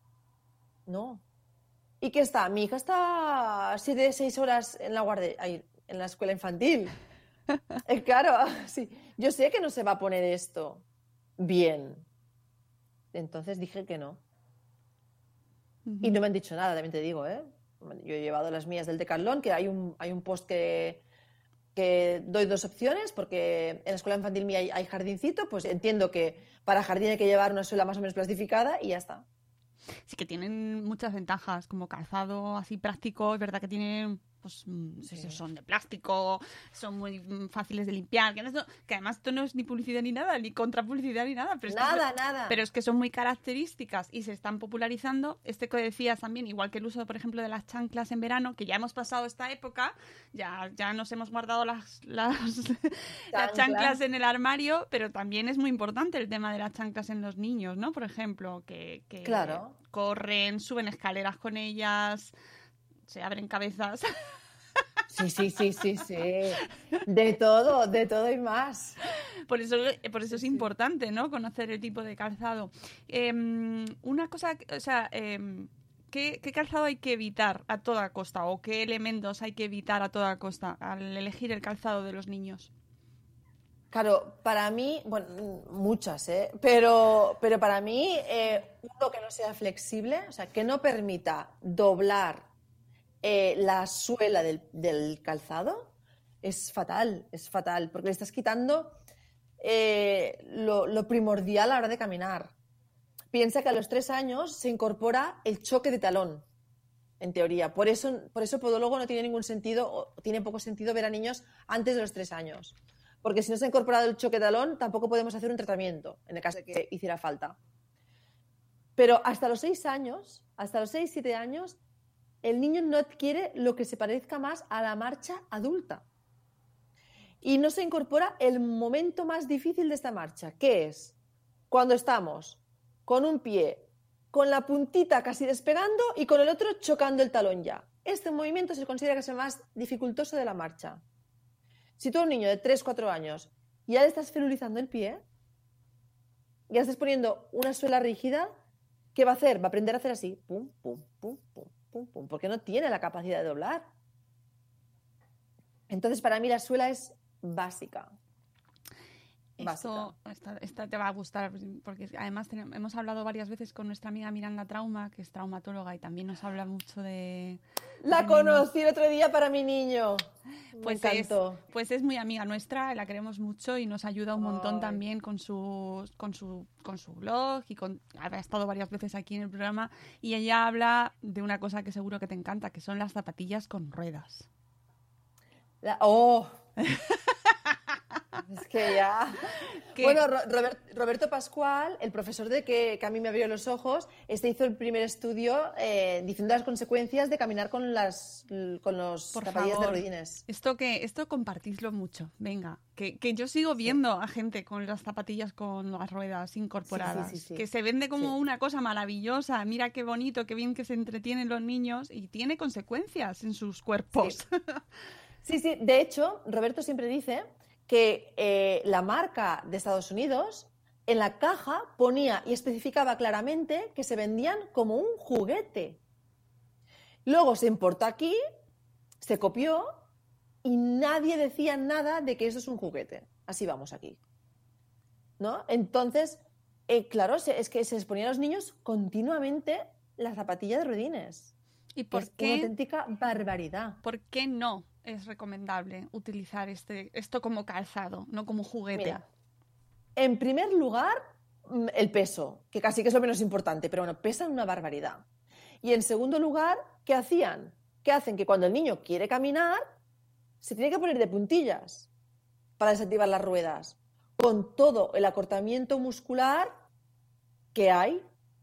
No. ¿Y qué está? Mi hija está 6 horas en la escuela infantil. Claro, sí. Yo sé que no se va a poner esto bien. Entonces dije que no. Uh-huh. Y no me han dicho nada, también te digo, ¿eh? Yo he llevado las mías del Decathlon, que hay un post que doy 2 opciones, porque en la escuela infantil mía hay jardincito, pues entiendo que para jardín hay que llevar una suela más o menos plastificada y ya está. Sí que tienen muchas ventajas, como calzado así práctico, es verdad que tienen, pues, son de plástico, son muy fáciles de limpiar, que además esto no es ni publicidad ni nada, ni contrapublicidad ni nada. Pero nada. Pero es que son muy características y se están popularizando. Este que decías también, igual que el uso, por ejemplo, de las chanclas en verano, que ya hemos pasado esta época, ya nos hemos guardado las chanclas en el armario, pero también es muy importante el tema de las chanclas en los niños, ¿no? Por ejemplo, que claro, corren, suben escaleras con ellas, se abren cabezas. Sí. De todo y más. Por eso es importante, ¿no? Conocer el tipo de calzado. Una cosa, o sea, ¿qué calzado hay que evitar a toda costa? ¿O qué elementos hay que evitar a toda costa al elegir el calzado de los niños? Claro, para mí, bueno, muchas, pero para mí, uno que no sea flexible, o sea, que no permita doblar la suela del calzado, es fatal, porque le estás quitando lo primordial a la hora de caminar. Piensa que a los 3 años se incorpora el choque de talón. en teoría. Por eso podólogo no tiene ningún sentido, o tiene poco sentido ver a niños antes de los 3 años. Porque si no se ha incorporado el choque talón, tampoco podemos hacer un tratamiento, en el caso de que hiciera falta. Pero hasta los 6 años, hasta los 6-7 años, el niño no adquiere lo que se parezca más a la marcha adulta. Y no se incorpora el momento más difícil de esta marcha, que es cuando estamos con un pie con la puntita casi despegando y con el otro chocando el talón ya. Este movimiento se considera que es el más dificultoso de la marcha. Si tú a un niño de 3-4 años ya le estás ferulizando el pie, ya estás poniendo una suela rígida, ¿qué va a hacer? Va a aprender a hacer así, pum, pum, pum, pum, pum, pum, porque no tiene la capacidad de doblar. Entonces, para mí la suela es básica. Esta te va a gustar, porque además hemos hablado varias veces con nuestra amiga Miranda Trauma, que es traumatóloga y también nos habla mucho de... La conocí el otro día para mi niño. Pues me encantó. Pues es muy amiga nuestra, la queremos mucho y nos ayuda un montón también con su blog y ha estado varias veces aquí en el programa y ella habla de una cosa que seguro que te encanta, que son las zapatillas con ruedas. Es que ya... Bueno, Roberto Pascual, el profesor que a mí me abrió los ojos, hizo el primer estudio diciendo las consecuencias de caminar con los zapatillas de ruedines. Esto compartidlo mucho, venga, que yo sigo viendo a gente con las zapatillas con las ruedas incorporadas, sí. que se vende como una cosa maravillosa, mira qué bonito, qué bien que se entretienen los niños y tiene consecuencias en sus cuerpos. Sí, de hecho, Roberto siempre dice que la marca de Estados Unidos en la caja ponía y especificaba claramente que se vendían como un juguete. Luego se importó aquí, se copió y nadie decía nada de que eso es un juguete. Así vamos aquí, ¿no? Entonces, claro, es que se exponían a los niños continuamente la zapatilla de ruedines. ¿Y por qué? Una auténtica barbaridad. ¿Por qué no es recomendable utilizar esto como calzado, no como juguete? Mira, en primer lugar, el peso, que casi que es lo menos importante, pero bueno, pesan una barbaridad. Y en segundo lugar, ¿qué hacían? ¿Qué hacen? Que cuando el niño quiere caminar, se tiene que poner de puntillas para desactivar las ruedas, con todo el acortamiento muscular que hay.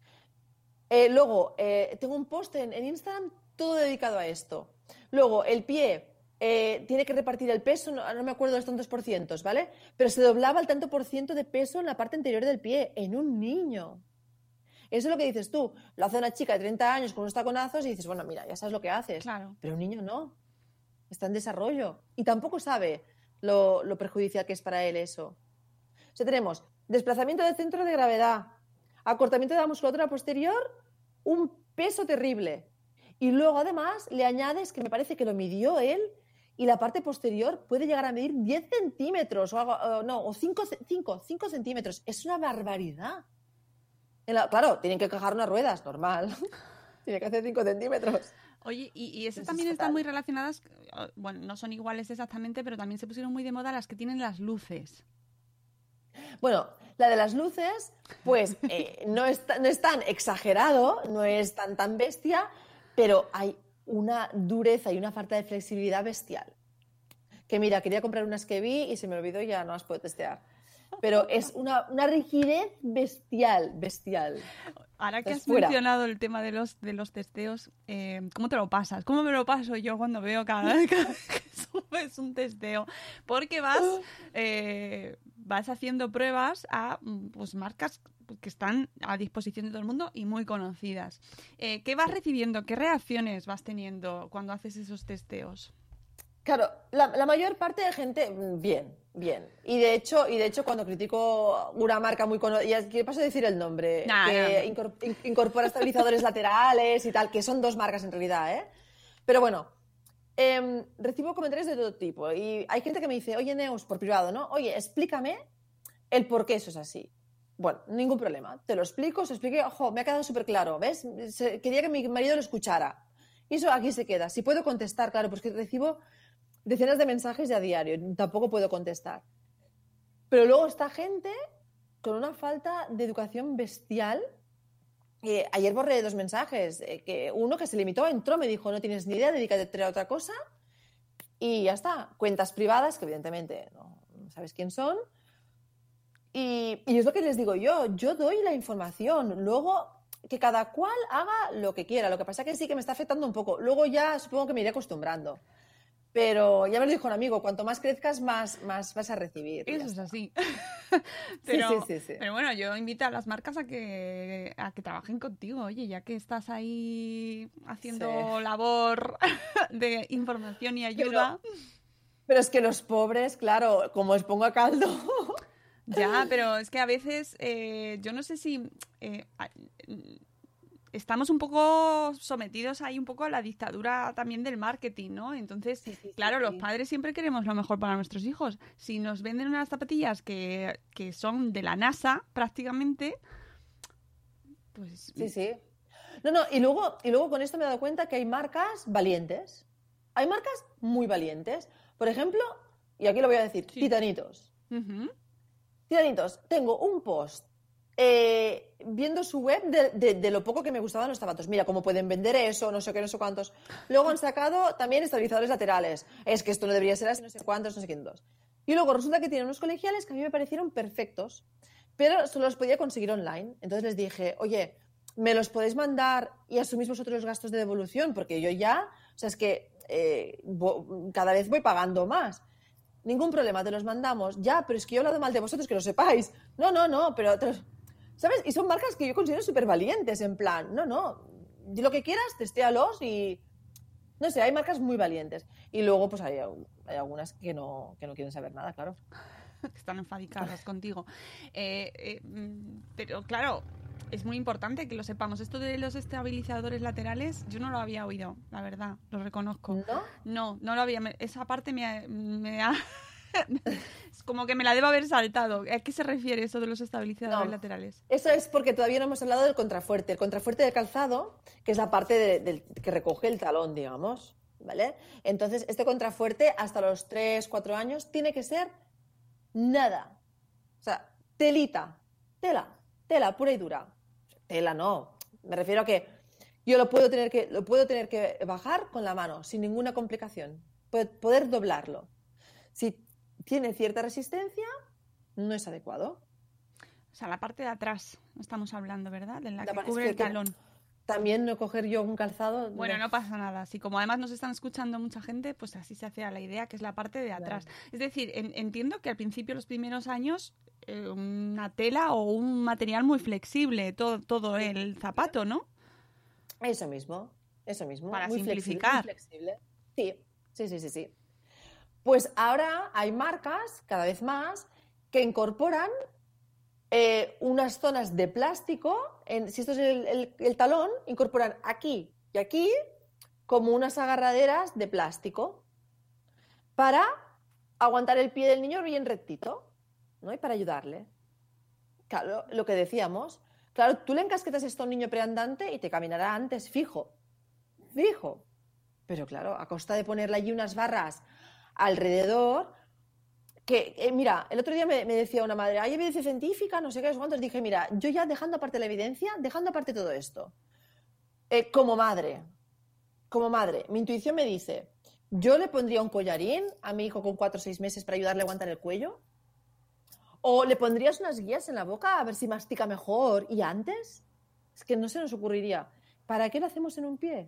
Luego, tengo un post en Instagram todo dedicado a esto. Luego, el pie tiene que repartir el peso, no me acuerdo los tantos porcientos, ¿vale? Pero se doblaba el tanto por ciento de peso en la parte anterior del pie, en un niño. Eso es lo que dices tú. Lo hace una chica de 30 años con unos taconazos y dices, bueno, mira, ya sabes lo que haces. Claro. Pero un niño no. Está en desarrollo. Y tampoco sabe lo perjudicial que es para él eso. O sea, tenemos desplazamiento del centro de gravedad, acortamiento de la musculatura posterior, un peso terrible. Y luego, además, le añades, que me parece que lo midió él, y la parte posterior puede llegar a medir 10 centímetros o 5 centímetros. Es una barbaridad. Claro, tienen que encajar unas ruedas, normal. Tiene que hacer 5 centímetros. Oye, y esas también están muy relacionadas, bueno, no son iguales exactamente, pero también se pusieron muy de moda las que tienen las luces. Bueno, la de las luces, pues no es tan exagerado, no es tan bestia, pero hay una dureza y una falta de flexibilidad bestial. Que mira, quería comprar unas que vi y se me olvidó y ya no las puedo testear. Pero es una rigidez bestial. Ahora que has mencionado el tema de los testeos, ¿cómo te lo pasas? ¿Cómo me lo paso yo cuando veo cada vez que subes un testeo? Porque vas haciendo pruebas a pues, marcas que están a disposición de todo el mundo y muy conocidas. ¿Qué vas recibiendo? ¿Qué reacciones vas teniendo cuando haces esos testeos? Claro, la mayor parte de gente, bien. Y de hecho cuando critico una marca muy conocida, ¿qué paso a decir el nombre? Incorpora estabilizadores laterales y tal, que son 2 marcas en realidad, ¿eh? Pero bueno, recibo comentarios de todo tipo. Y hay gente que me dice, oye, Neus, por privado, ¿no? Oye, explícame el por qué eso es así. Bueno, ningún problema. Te lo explico, os expliqué, ojo, me ha quedado súper claro, ¿ves? Quería que mi marido lo escuchara. Y eso aquí se queda. Si puedo contestar, claro, pues que recibo decenas de mensajes a diario, tampoco puedo contestar. Pero luego está gente con una falta de educación bestial Ayer borré 2 mensajes, que uno que se limitó, entró, me dijo, no tienes ni idea, dedícate a otra cosa, y ya está. Cuentas privadas, que evidentemente no sabes quién son, y es lo que les digo yo doy la información, luego que cada cual haga lo que quiera, lo que pasa es que sí que me está afectando un poco, luego ya supongo que me iré acostumbrando. Pero ya me lo dijo un amigo, cuanto más crezcas, más vas a recibir. Eso es así. Sí. Pero bueno, yo invito a las marcas a que trabajen contigo. Oye, ya que estás ahí haciendo labor de información y ayuda. Pero es que los pobres, claro, como os pongo a caldo... Ya, pero es que a veces, yo no sé si... estamos un poco sometidos ahí un poco a la dictadura también del marketing, ¿no? Entonces, claro, los padres siempre queremos lo mejor para nuestros hijos. Si nos venden unas zapatillas que son de la NASA, prácticamente, pues... Sí. No, y luego con esto me he dado cuenta que hay marcas valientes. Hay marcas muy valientes. Por ejemplo, y aquí lo voy a decir, Titanitos. Uh-huh. Titanitos, tengo un post viendo su web de lo poco que me gustaban los zapatos. Mira cómo pueden vender eso, no sé qué, no sé cuántos. Luego han sacado también estabilizadores laterales. Es que esto no debería ser así, no sé cuántos, no sé cuántos. Y luego resulta que tienen unos colegiales que a mí me parecieron perfectos, pero solo los podía conseguir online. Entonces les dije, oye, ¿me los podéis mandar y asumís vosotros los gastos de devolución? Porque yo ya, o sea, es que cada vez voy pagando más. Ningún problema, te los mandamos. Ya, pero es que yo he hablado mal de vosotros, que lo sepáis. No, pero... ¿Sabes? Y son marcas que yo considero súper valientes, en plan, no, di lo que quieras, testéalos y... No sé, hay marcas muy valientes. Y luego, pues hay algunas que no quieren saber nada, claro. Están enfadicadas contigo. Pero claro, es muy importante que lo sepamos. Esto de los estabilizadores laterales, yo no lo había oído, la verdad, lo reconozco. ¿No? No lo había. Esa parte me ha... Es como que me la debo haber saltado. ¿A qué se refiere eso de los estabilizadores laterales? Eso es porque todavía no hemos hablado del contrafuerte. El contrafuerte de calzado, que es la parte que recoge el talón, digamos, ¿vale? Entonces, este contrafuerte hasta los 3, 4 años tiene que ser nada. O sea, tela pura y dura. Tela no. Me refiero a que yo lo puedo tener que bajar con la mano sin ninguna complicación. Poder doblarlo. Si tiene cierta resistencia, no es adecuado. O sea, la parte de atrás estamos hablando, ¿verdad? De la que cubre el talón. También no coger yo un calzado... Bueno, no pasa nada. Si como además nos están escuchando mucha gente, pues así se hace a la idea, que es la parte de atrás. Claro. Es decir, entiendo que al principio, los primeros años, una tela o un material muy flexible, todo el zapato, ¿no? Eso mismo. Para muy simplificar. Flexible. Sí. Pues ahora hay marcas, cada vez más, que incorporan unas zonas de plástico, si esto es el talón, incorporan aquí y aquí como unas agarraderas de plástico para aguantar el pie del niño bien rectito, ¿no? Y para ayudarle. Claro, lo que decíamos, claro, tú le encasquetas esto a un niño preandante y te caminará antes fijo. Pero claro, a costa de ponerle allí unas barras alrededor, que mira, el otro día me decía una madre, hay evidencia científica, no sé qué, cuántos, dije, mira, yo ya dejando aparte la evidencia, dejando aparte todo esto, como madre, mi intuición me dice, yo le pondría un collarín a mi hijo con 4 o 6 meses para ayudarle a aguantar el cuello, o le pondrías unas guías en la boca a ver si mastica mejor, y antes, es que no se nos ocurriría, ¿para qué lo hacemos en un pie?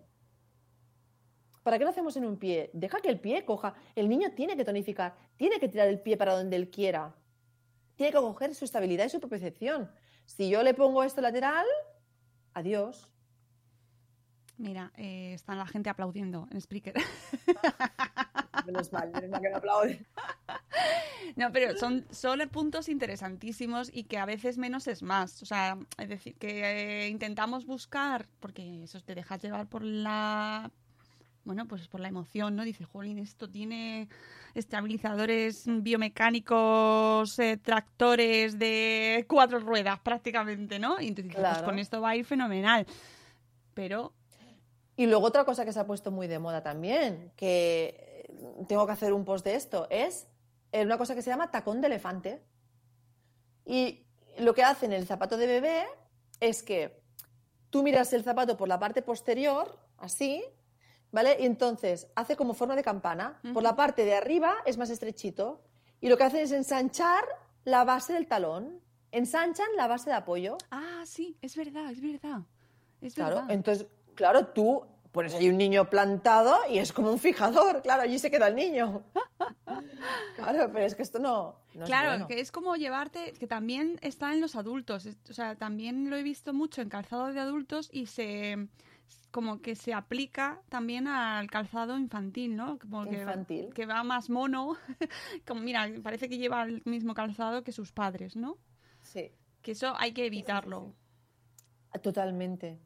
Deja que el pie coja. El niño tiene que tonificar, tiene que tirar el pie para donde él quiera. Tiene que coger su estabilidad y su propiocepción. Si yo le pongo esto lateral, adiós. Mira, está la gente aplaudiendo en Spreaker. Menos mal que me aplauden. No, pero son puntos interesantísimos y que a veces menos es más. O sea, es decir, que intentamos buscar, porque eso te dejas llevar por la... Bueno, pues por la emoción, ¿no? Dice, jolín, esto tiene estabilizadores biomecánicos, tractores de 4 ruedas prácticamente, ¿no? Y entonces dices, pues con esto va a ir fenomenal. Pero... Y luego otra cosa que se ha puesto muy de moda también, que tengo que hacer un post de esto, es una cosa que se llama tacón de elefante. Y lo que hacen el zapato de bebé es que tú miras el zapato por la parte posterior, así, ¿vale? Y entonces hace como forma de campana. Por la parte de arriba es más estrechito. Y lo que hacen es ensanchar la base del talón. Ensanchan la base de apoyo. Ah, sí, es verdad. Claro, entonces, claro, tú pones ahí un niño plantado y es como un fijador. Claro, allí se queda el niño. Claro, pero es que esto no claro, es bueno. que es como llevarte, que también está en los adultos. O sea, también lo he visto mucho en calzado de adultos y como que se aplica también al calzado infantil, ¿no? Como Infantil. Que va más mono. Como, mira, parece que lleva el mismo calzado que sus padres, ¿no? Sí. Que eso hay que evitarlo. Sí. Totalmente.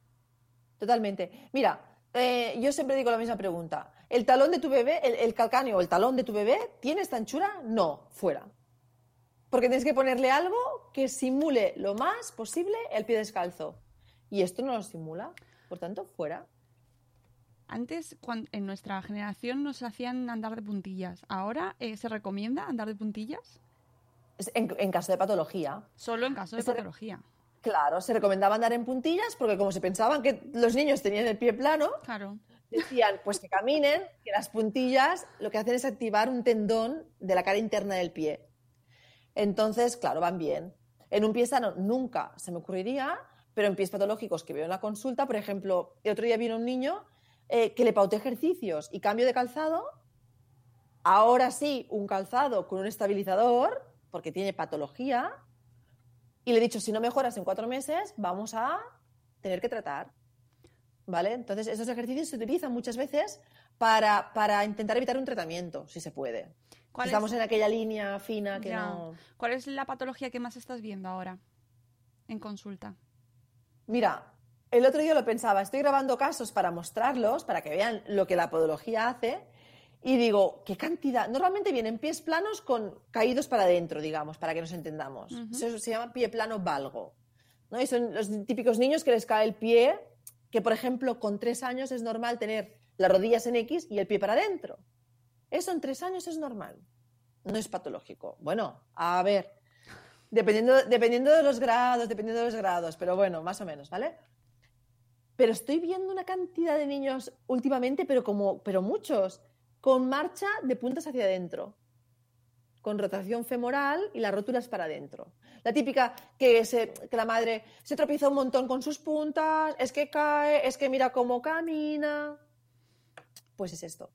Mira, yo siempre digo la misma pregunta. ¿El talón de tu bebé, el calcáneo o el talón de tu bebé, tiene esta anchura? No, fuera. Porque tienes que ponerle algo que simule lo más posible el pie descalzo. Y esto no lo simula, por tanto, fuera. Antes, en nuestra generación, nos hacían andar de puntillas. ¿Ahora se recomienda andar de puntillas? En caso de patología. Solo en caso de patología. Claro, se recomendaba andar en puntillas porque como se pensaban que los niños tenían el pie plano, claro, decían pues que caminen, que las puntillas lo que hacen es activar un tendón de la cara interna del pie. Entonces, claro, van bien. En un pie sano nunca se me ocurriría, pero en pies patológicos que veo en la consulta, por ejemplo, el otro día vino un niño que le pauté ejercicios y cambio de calzado. Ahora sí, un calzado con un estabilizador, porque tiene patología. Y le he dicho, si no mejoras en 4 meses, vamos a tener que tratar, ¿vale? Entonces, esos ejercicios se utilizan muchas veces para intentar evitar un tratamiento, si se puede. Estamos en aquella línea fina que no... ¿Cuál es la patología que más estás viendo ahora en consulta? Mira, el otro día lo pensaba, estoy grabando casos para mostrarlos, para que vean lo que la podología hace, y digo, ¿qué cantidad? Normalmente vienen pies planos caídos para adentro, digamos, para que nos entendamos. Eso se llama pie plano valgo, ¿no? Y son los típicos niños que les cae el pie, que por ejemplo con 3 años es normal tener las rodillas en X y el pie para adentro. Eso en 3 años es normal, no es patológico. Bueno, a ver, dependiendo de los grados, pero bueno, más o menos, ¿vale? Pero estoy viendo una cantidad de niños últimamente, pero muchos, con marcha de puntas hacia adentro, con rotación femoral y las rótulas para adentro. La típica que la madre se tropieza un montón con sus puntas, es que cae, es que mira cómo camina. Pues es esto.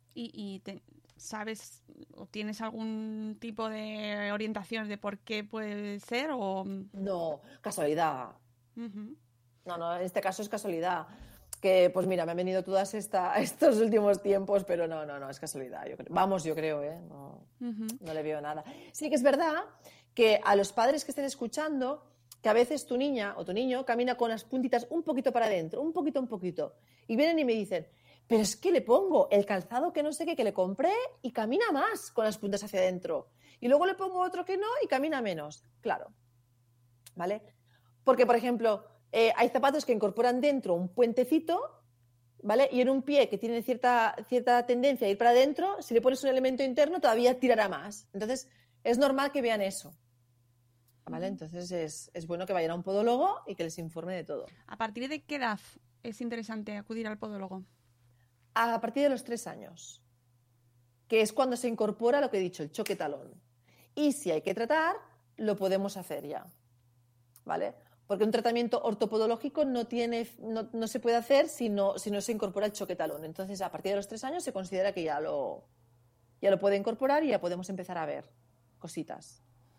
¿Sabes o tienes algún tipo de orientación de por qué puede ser? O... No, casualidad. No, en este caso es casualidad. Que, pues mira, me han venido todas estos últimos tiempos, pero no, es casualidad. Yo creo, ¿eh? No le veo nada. Sí que es verdad que a los padres que estén escuchando, que a veces tu niña o tu niño camina con las puntitas un poquito para adentro, un poquito, y vienen y me dicen, pero es que le pongo el calzado que no sé qué, que le compré y camina más con las puntas hacia adentro. Y luego le pongo otro que no y camina menos. Claro. ¿Vale? Porque, por ejemplo... hay zapatos que incorporan dentro un puentecito, ¿vale? Y en un pie que tiene cierta tendencia a ir para adentro, si le pones un elemento interno todavía tirará más. Entonces, es normal que vean eso, ¿vale? Entonces, es bueno que vayan a un podólogo y que les informe de todo. ¿A partir de qué edad es interesante acudir al podólogo? A partir de los 3 años, que es cuando se incorpora lo que he dicho, el choque talón. Y si hay que tratar, lo podemos hacer ya, ¿vale? Porque un tratamiento ortopodológico no se puede hacer si no se incorpora el choque talón. Entonces, a partir de los 3 años se considera que ya lo puede incorporar y ya podemos empezar a ver cositas.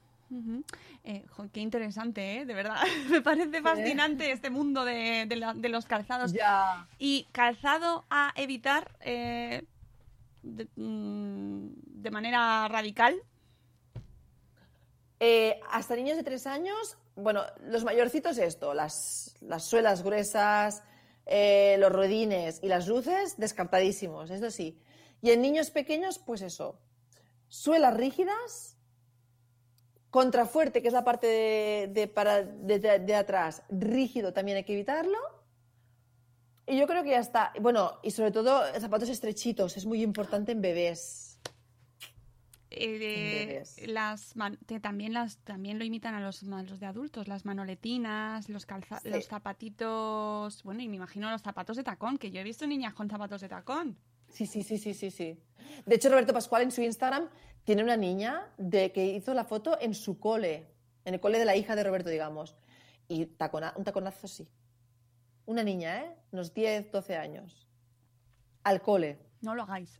Qué interesante, ¿eh? De verdad. Me parece fascinante este mundo de los calzados. Ya. Y calzado a evitar de manera radical. Hasta niños de 3 años... Bueno, los mayorcitos las suelas gruesas, los rodines y las luces, descartadísimos, eso sí. Y en niños pequeños, pues eso, suelas rígidas, contrafuerte, que es la parte de atrás, rígido también hay que evitarlo. Y yo creo que ya está. Bueno, y sobre todo zapatos estrechitos, es muy importante en bebés. también lo imitan a los de adultos, las manoletinas, los zapatitos, bueno, y me imagino los zapatos de tacón, que yo he visto niñas con zapatos de tacón. Sí. De hecho, Roberto Pascual en su Instagram tiene una niña que hizo la foto en su cole, en el cole de la hija de Roberto, digamos. Y un taconazo sí. Una niña, unos 10, 12 años. Al cole. No lo hagáis.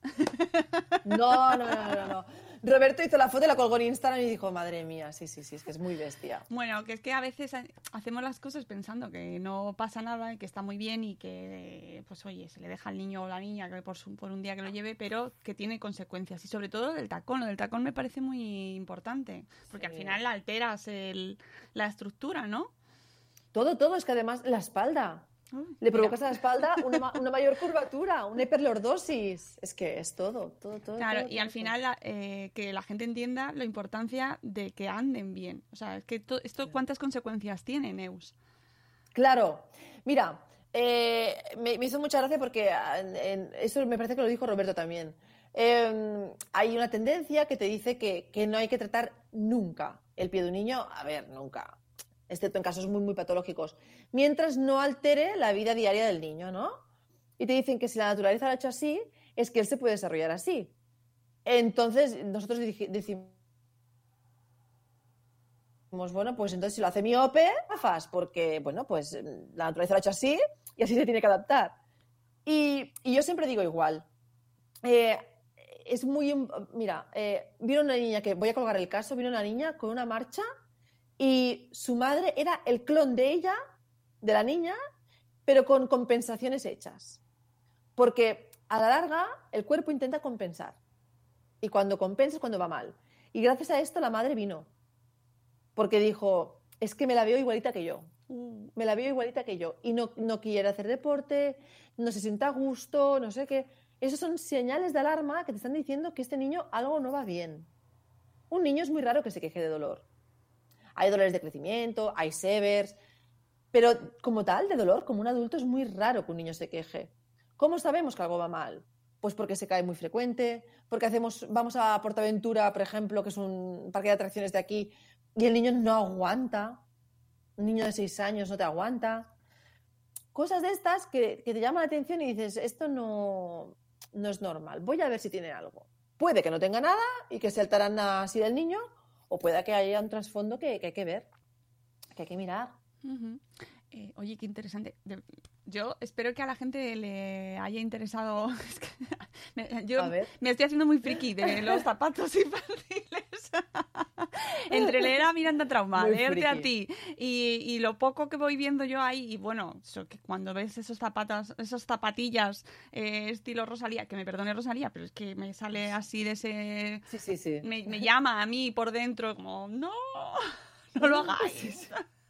No. Roberto hizo la foto y la colgó en Instagram y dijo, madre mía, sí, es que es muy bestia. Bueno, que es que a veces hacemos las cosas pensando que no pasa nada y que está muy bien y que, pues oye, se le deja al niño o la niña que por un día que lo lleve, pero que tiene consecuencias. Y sobre todo lo del tacón me parece muy importante, porque al final alteras la estructura, ¿no? Todo, es que además la espalda... Le provocas a la espalda una mayor curvatura, una hiperlordosis. Es que es todo. Claro, todo, y al final que la gente entienda la importancia de que anden bien. O sea, es que esto ¿cuántas consecuencias tiene, Neus? Claro. Mira, me hizo mucha gracia porque eso me parece que lo dijo Roberto también. Hay una tendencia que te dice que no hay que tratar nunca el pie de un niño. A ver, nunca. Excepto en casos muy, muy patológicos, mientras no altere la vida diaria del niño, ¿no? Y te dicen que si la naturaleza lo ha hecho así, es que él se puede desarrollar así. Entonces, nosotros decimos, bueno, pues entonces si lo hace miope, gafas, porque, bueno, pues la naturaleza lo ha hecho así y así se tiene que adaptar. Y yo siempre digo igual. Es muy... Mira, vino una niña voy a colgar el caso, vino una niña con una marcha y su madre era el clon de ella, de la niña, pero con compensaciones hechas. Porque a la larga el cuerpo intenta compensar. Y cuando compensa es cuando va mal. Y gracias a esto la madre vino. Porque dijo, es que me la veo igualita que yo. Me la veo igualita que yo. Y no quiere hacer deporte, no se sienta a gusto, no sé qué. Esos son señales de alarma que te están diciendo que este niño algo no va bien. Un niño es muy raro que se queje de dolor. Hay dolores de crecimiento, hay severs, pero como tal, de dolor, como un adulto, es muy raro que un niño se queje. ¿Cómo sabemos que algo va mal? Pues porque se cae muy frecuente, porque vamos a Portaventura, por ejemplo, que es un parque de atracciones de aquí, y el niño no aguanta. Un niño de 6 años no te aguanta. Cosas de estas que te llaman la atención y dices, esto no es normal, voy a ver si tiene algo. Puede que no tenga nada y que se alteran así del niño, o pueda que haya un trasfondo que hay que ver, que hay que mirar. Uh-huh. Oye, qué interesante. Yo espero que a la gente le haya interesado. Es que yo me estoy haciendo muy friki de los zapatos infantiles. Entre leer a Miranda Trauma, muy leerte friki a ti y lo poco que voy viendo yo ahí, y bueno, que cuando ves esos zapatillas estilo Rosalía, que me perdone Rosalía, pero es que me sale así de ese... Sí. Me llama a mí por dentro como, no lo hagáis.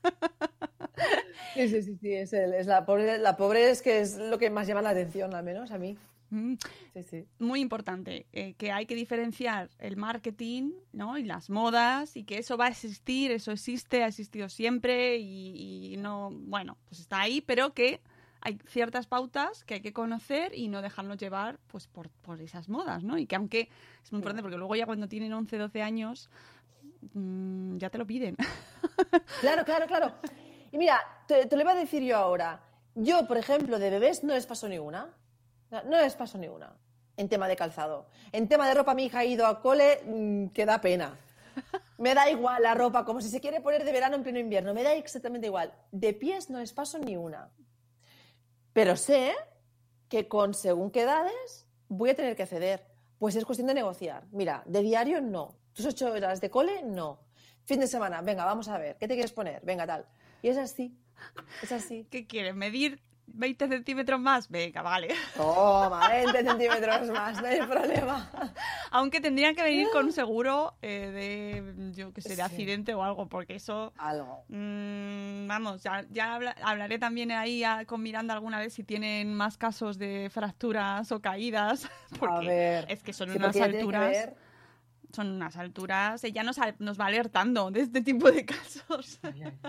Sí, es la pobre es que es lo que más llama la atención, al menos a mí. Sí. Muy importante, que hay que diferenciar el marketing, ¿no? Y las modas, y que eso va a existir, eso existe, ha existido siempre y no, bueno, pues está ahí, pero que hay ciertas pautas que hay que conocer y no dejarnos llevar pues por esas modas, ¿no? Y que aunque es muy importante, porque luego ya cuando tienen 11, 12 años ya te lo piden. Claro. Y mira, te lo iba a decir yo ahora. Yo, por ejemplo, de bebés no les paso ni una. No les paso ni una en tema de calzado. En tema de ropa, mi hija ha ido a cole, que da pena. Me da igual la ropa, como si se quiere poner de verano en pleno invierno. Me da exactamente igual. De pies no les paso ni una. Pero sé que con según qué edades voy a tener que ceder. Pues es cuestión de negociar. Mira, de diario no. Tus 8 horas de cole, no. Fin de semana, venga, vamos a ver. ¿Qué te quieres poner? Venga, tal. Y es así. ¿Qué quieres? ¿Medir 20 centímetros más? Venga, vale. Toma, 20 centímetros más, no hay problema. Aunque tendrían que venir con seguro de accidente o algo, porque eso... Algo. Vamos, ya hablaré también ahí con Miranda alguna vez si tienen más casos de fracturas o caídas, porque a ver, es que son unas alturas... Son unas alturas, ella nos va alertando de este tipo de casos.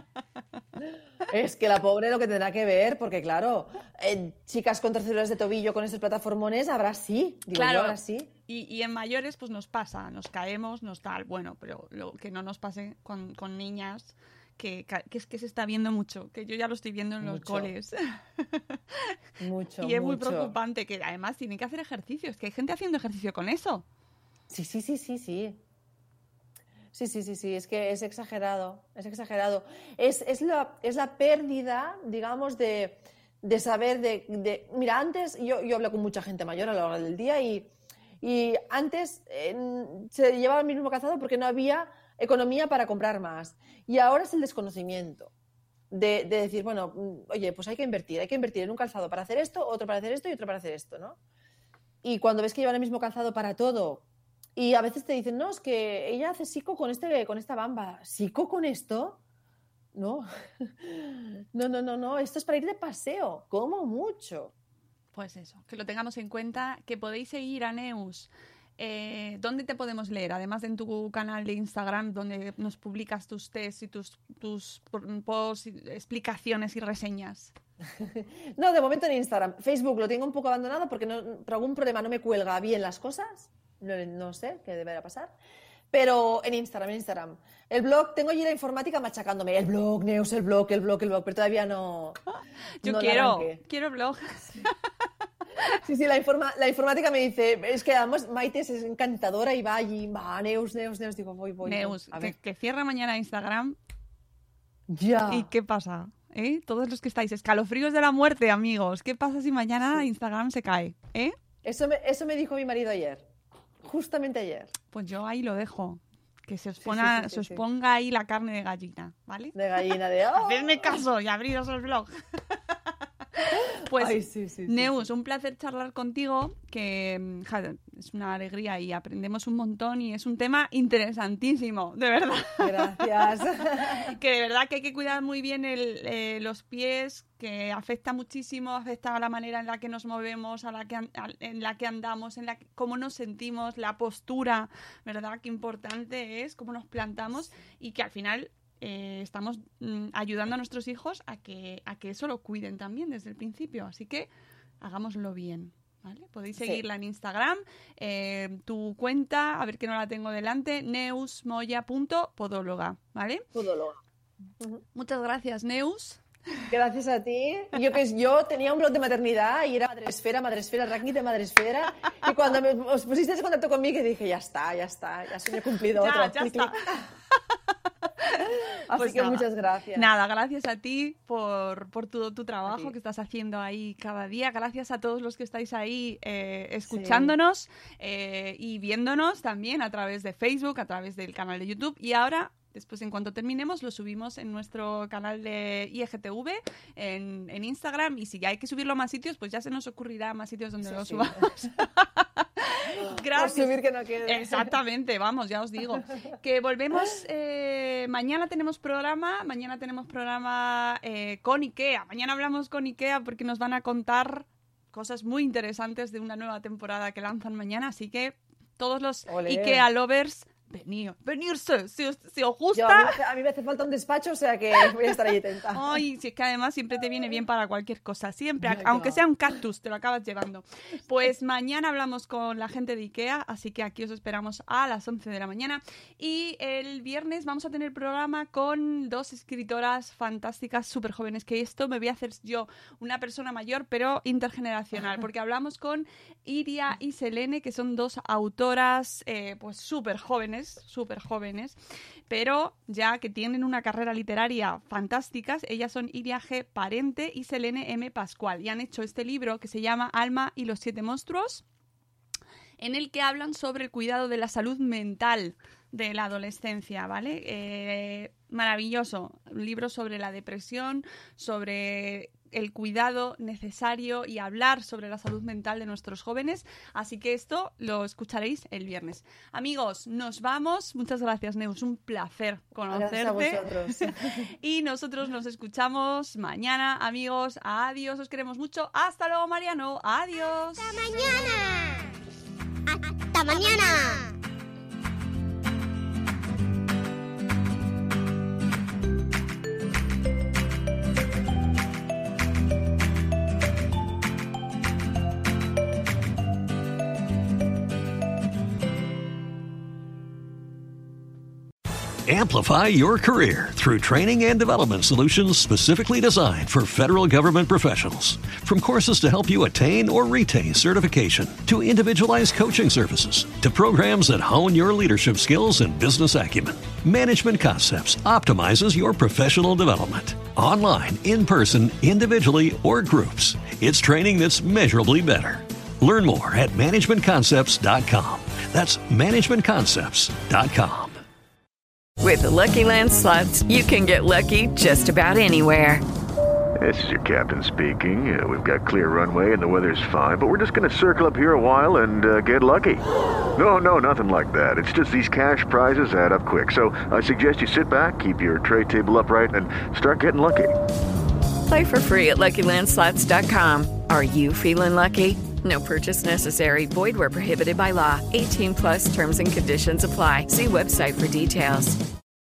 Es que la pobre lo que tendrá que ver, porque claro, chicas con torceduras de tobillo con estos plataformones, habrá sí. Claro, habrá sí. Y en mayores pues nos pasa, nos caemos, nos tal. Bueno, pero lo que no nos pase con niñas, que es que se está viendo mucho, que yo ya lo estoy viendo en los coles. Mucho, y es muy preocupante, que además tienen que hacer ejercicios, que hay gente haciendo ejercicio con eso. Sí. Sí, es que es exagerado. Es la pérdida, digamos, de saber Mira, antes yo hablo con mucha gente mayor a lo largo del día y antes se llevaba el mismo calzado porque no había economía para comprar más. Y ahora es el desconocimiento de decir, bueno, oye, pues hay que invertir en un calzado para hacer esto, otro para hacer esto y otro para hacer esto, ¿no? Y cuando ves que llevan el mismo calzado para todo, y a veces te dicen, no, es que ella hace psico con esta bamba. ¿Psico con esto? No. No, esto es para ir de paseo, como mucho. Pues eso, que lo tengamos en cuenta, que podéis seguir a Neus. ¿Dónde te podemos leer? Además de en tu canal de Instagram, donde nos publicas tus tests y tus posts, explicaciones y reseñas. No, de momento en Instagram. Facebook lo tengo un poco abandonado porque por algún problema no me cuelga bien las cosas. No sé qué deberá pasar. Pero en Instagram. El blog, tengo allí la informática machacándome. El blog, Neus, el blog, pero todavía no. Yo no quiero blog. Sí, la informática me dice, es que además Maite es encantadora y va allí, Neus, digo, voy. Neus, que cierra mañana Instagram. Ya. ¿Y qué pasa? Todos los que estáis, escalofríos de la muerte, amigos. ¿Qué pasa si mañana Instagram se cae? Eso me dijo mi marido ayer. Justamente ayer. Pues yo ahí lo dejo. Que se os ponga ahí la carne de gallina, ¿vale? De gallina, de... ¡Oh! Hacedme caso y abriros el blog. Pues, Neus, un placer charlar contigo, que es una alegría y aprendemos un montón y es un tema interesantísimo, de verdad. Gracias. Que de verdad que hay que cuidar muy bien los pies, que afecta muchísimo, afecta a la manera en la que nos movemos, en la que andamos, cómo nos sentimos, la postura, ¿verdad? Qué importante es cómo nos plantamos y que al final... estamos ayudando a nuestros hijos a que eso lo cuiden también desde el principio, así que hagámoslo bien, ¿vale? Podéis seguirla en Instagram, tu cuenta, a ver que no la tengo delante, neusmoya.podóloga, ¿vale? Podóloga. Muchas gracias, Neus. Gracias a ti. Yo tenía un blog de maternidad y era Madresfera, ranking de Madresfera, y cuando os pusisteis en contacto conmigo dije, ya se me ha cumplido otro. Ya está. Así pues que nada, muchas gracias. Nada, gracias a ti por todo tu trabajo que estás haciendo ahí cada día. Gracias a todos los que estáis ahí escuchándonos y viéndonos también a través de Facebook, a través del canal de YouTube. Y ahora, después en cuanto terminemos, lo subimos en nuestro canal de IGTV, en Instagram. Y si ya hay que subirlo a más sitios, pues ya se nos ocurrirá más sitios donde lo subamos. Gracias. Por subir que no quede. Exactamente, vamos, ya os digo. Que volvemos, mañana tenemos programa con IKEA. Mañana hablamos con IKEA porque nos van a contar cosas muy interesantes de una nueva temporada que lanzan mañana. Así que todos los IKEA lovers... venirse, si os gusta. A mí me hace falta un despacho, o sea que voy a estar ahí atenta. Ay, si es que además siempre te viene bien para cualquier cosa, siempre, aunque sea un cactus, te lo acabas llevando. Pues mañana hablamos con la gente de IKEA, así que aquí os esperamos a las 11 de la mañana. Y el viernes vamos a tener programa con dos escritoras fantásticas, súper jóvenes, que esto me voy a hacer yo una persona mayor, pero intergeneracional, porque hablamos con Iria y Selene, que son dos autoras pues súper jóvenes, pero ya que tienen una carrera literaria fantástica. Ellas son Iria G. Parente y Selene M. Pascual, y han hecho este libro que se llama Alma y los 7 monstruos, en el que hablan sobre el cuidado de la salud mental de la adolescencia, ¿vale? Maravilloso. Un libro sobre la depresión, sobre el cuidado necesario y hablar sobre la salud mental de nuestros jóvenes. Así que esto lo escucharéis el viernes. Amigos, nos vamos. Muchas gracias, Neus. Un placer conocerte. Gracias a vosotros. Y nosotros nos escuchamos mañana, amigos. Adiós, os queremos mucho. Hasta luego, Mariano. Adiós. ¡Hasta mañana! ¡Hasta mañana! Amplify your career through training and development solutions specifically designed for federal government professionals. From courses to help you attain or retain certification, to individualized coaching services, to programs that hone your leadership skills and business acumen, Management Concepts optimizes your professional development. Online, in person, individually, or groups, it's training that's measurably better. Learn more at managementconcepts.com. That's managementconcepts.com. With the Lucky Land Slots, you can get lucky just about anywhere. This is your captain speaking. We've got clear runway and the weather's fine, but we're just going to circle up here a while and get lucky. No, nothing like that. It's just these cash prizes add up quick. So I suggest you sit back, keep your tray table upright, and start getting lucky. Play for free at LuckyLandSlots.com. Are you feeling lucky? No purchase necessary. Void where prohibited by law. 18+ terms and conditions apply. See website for details.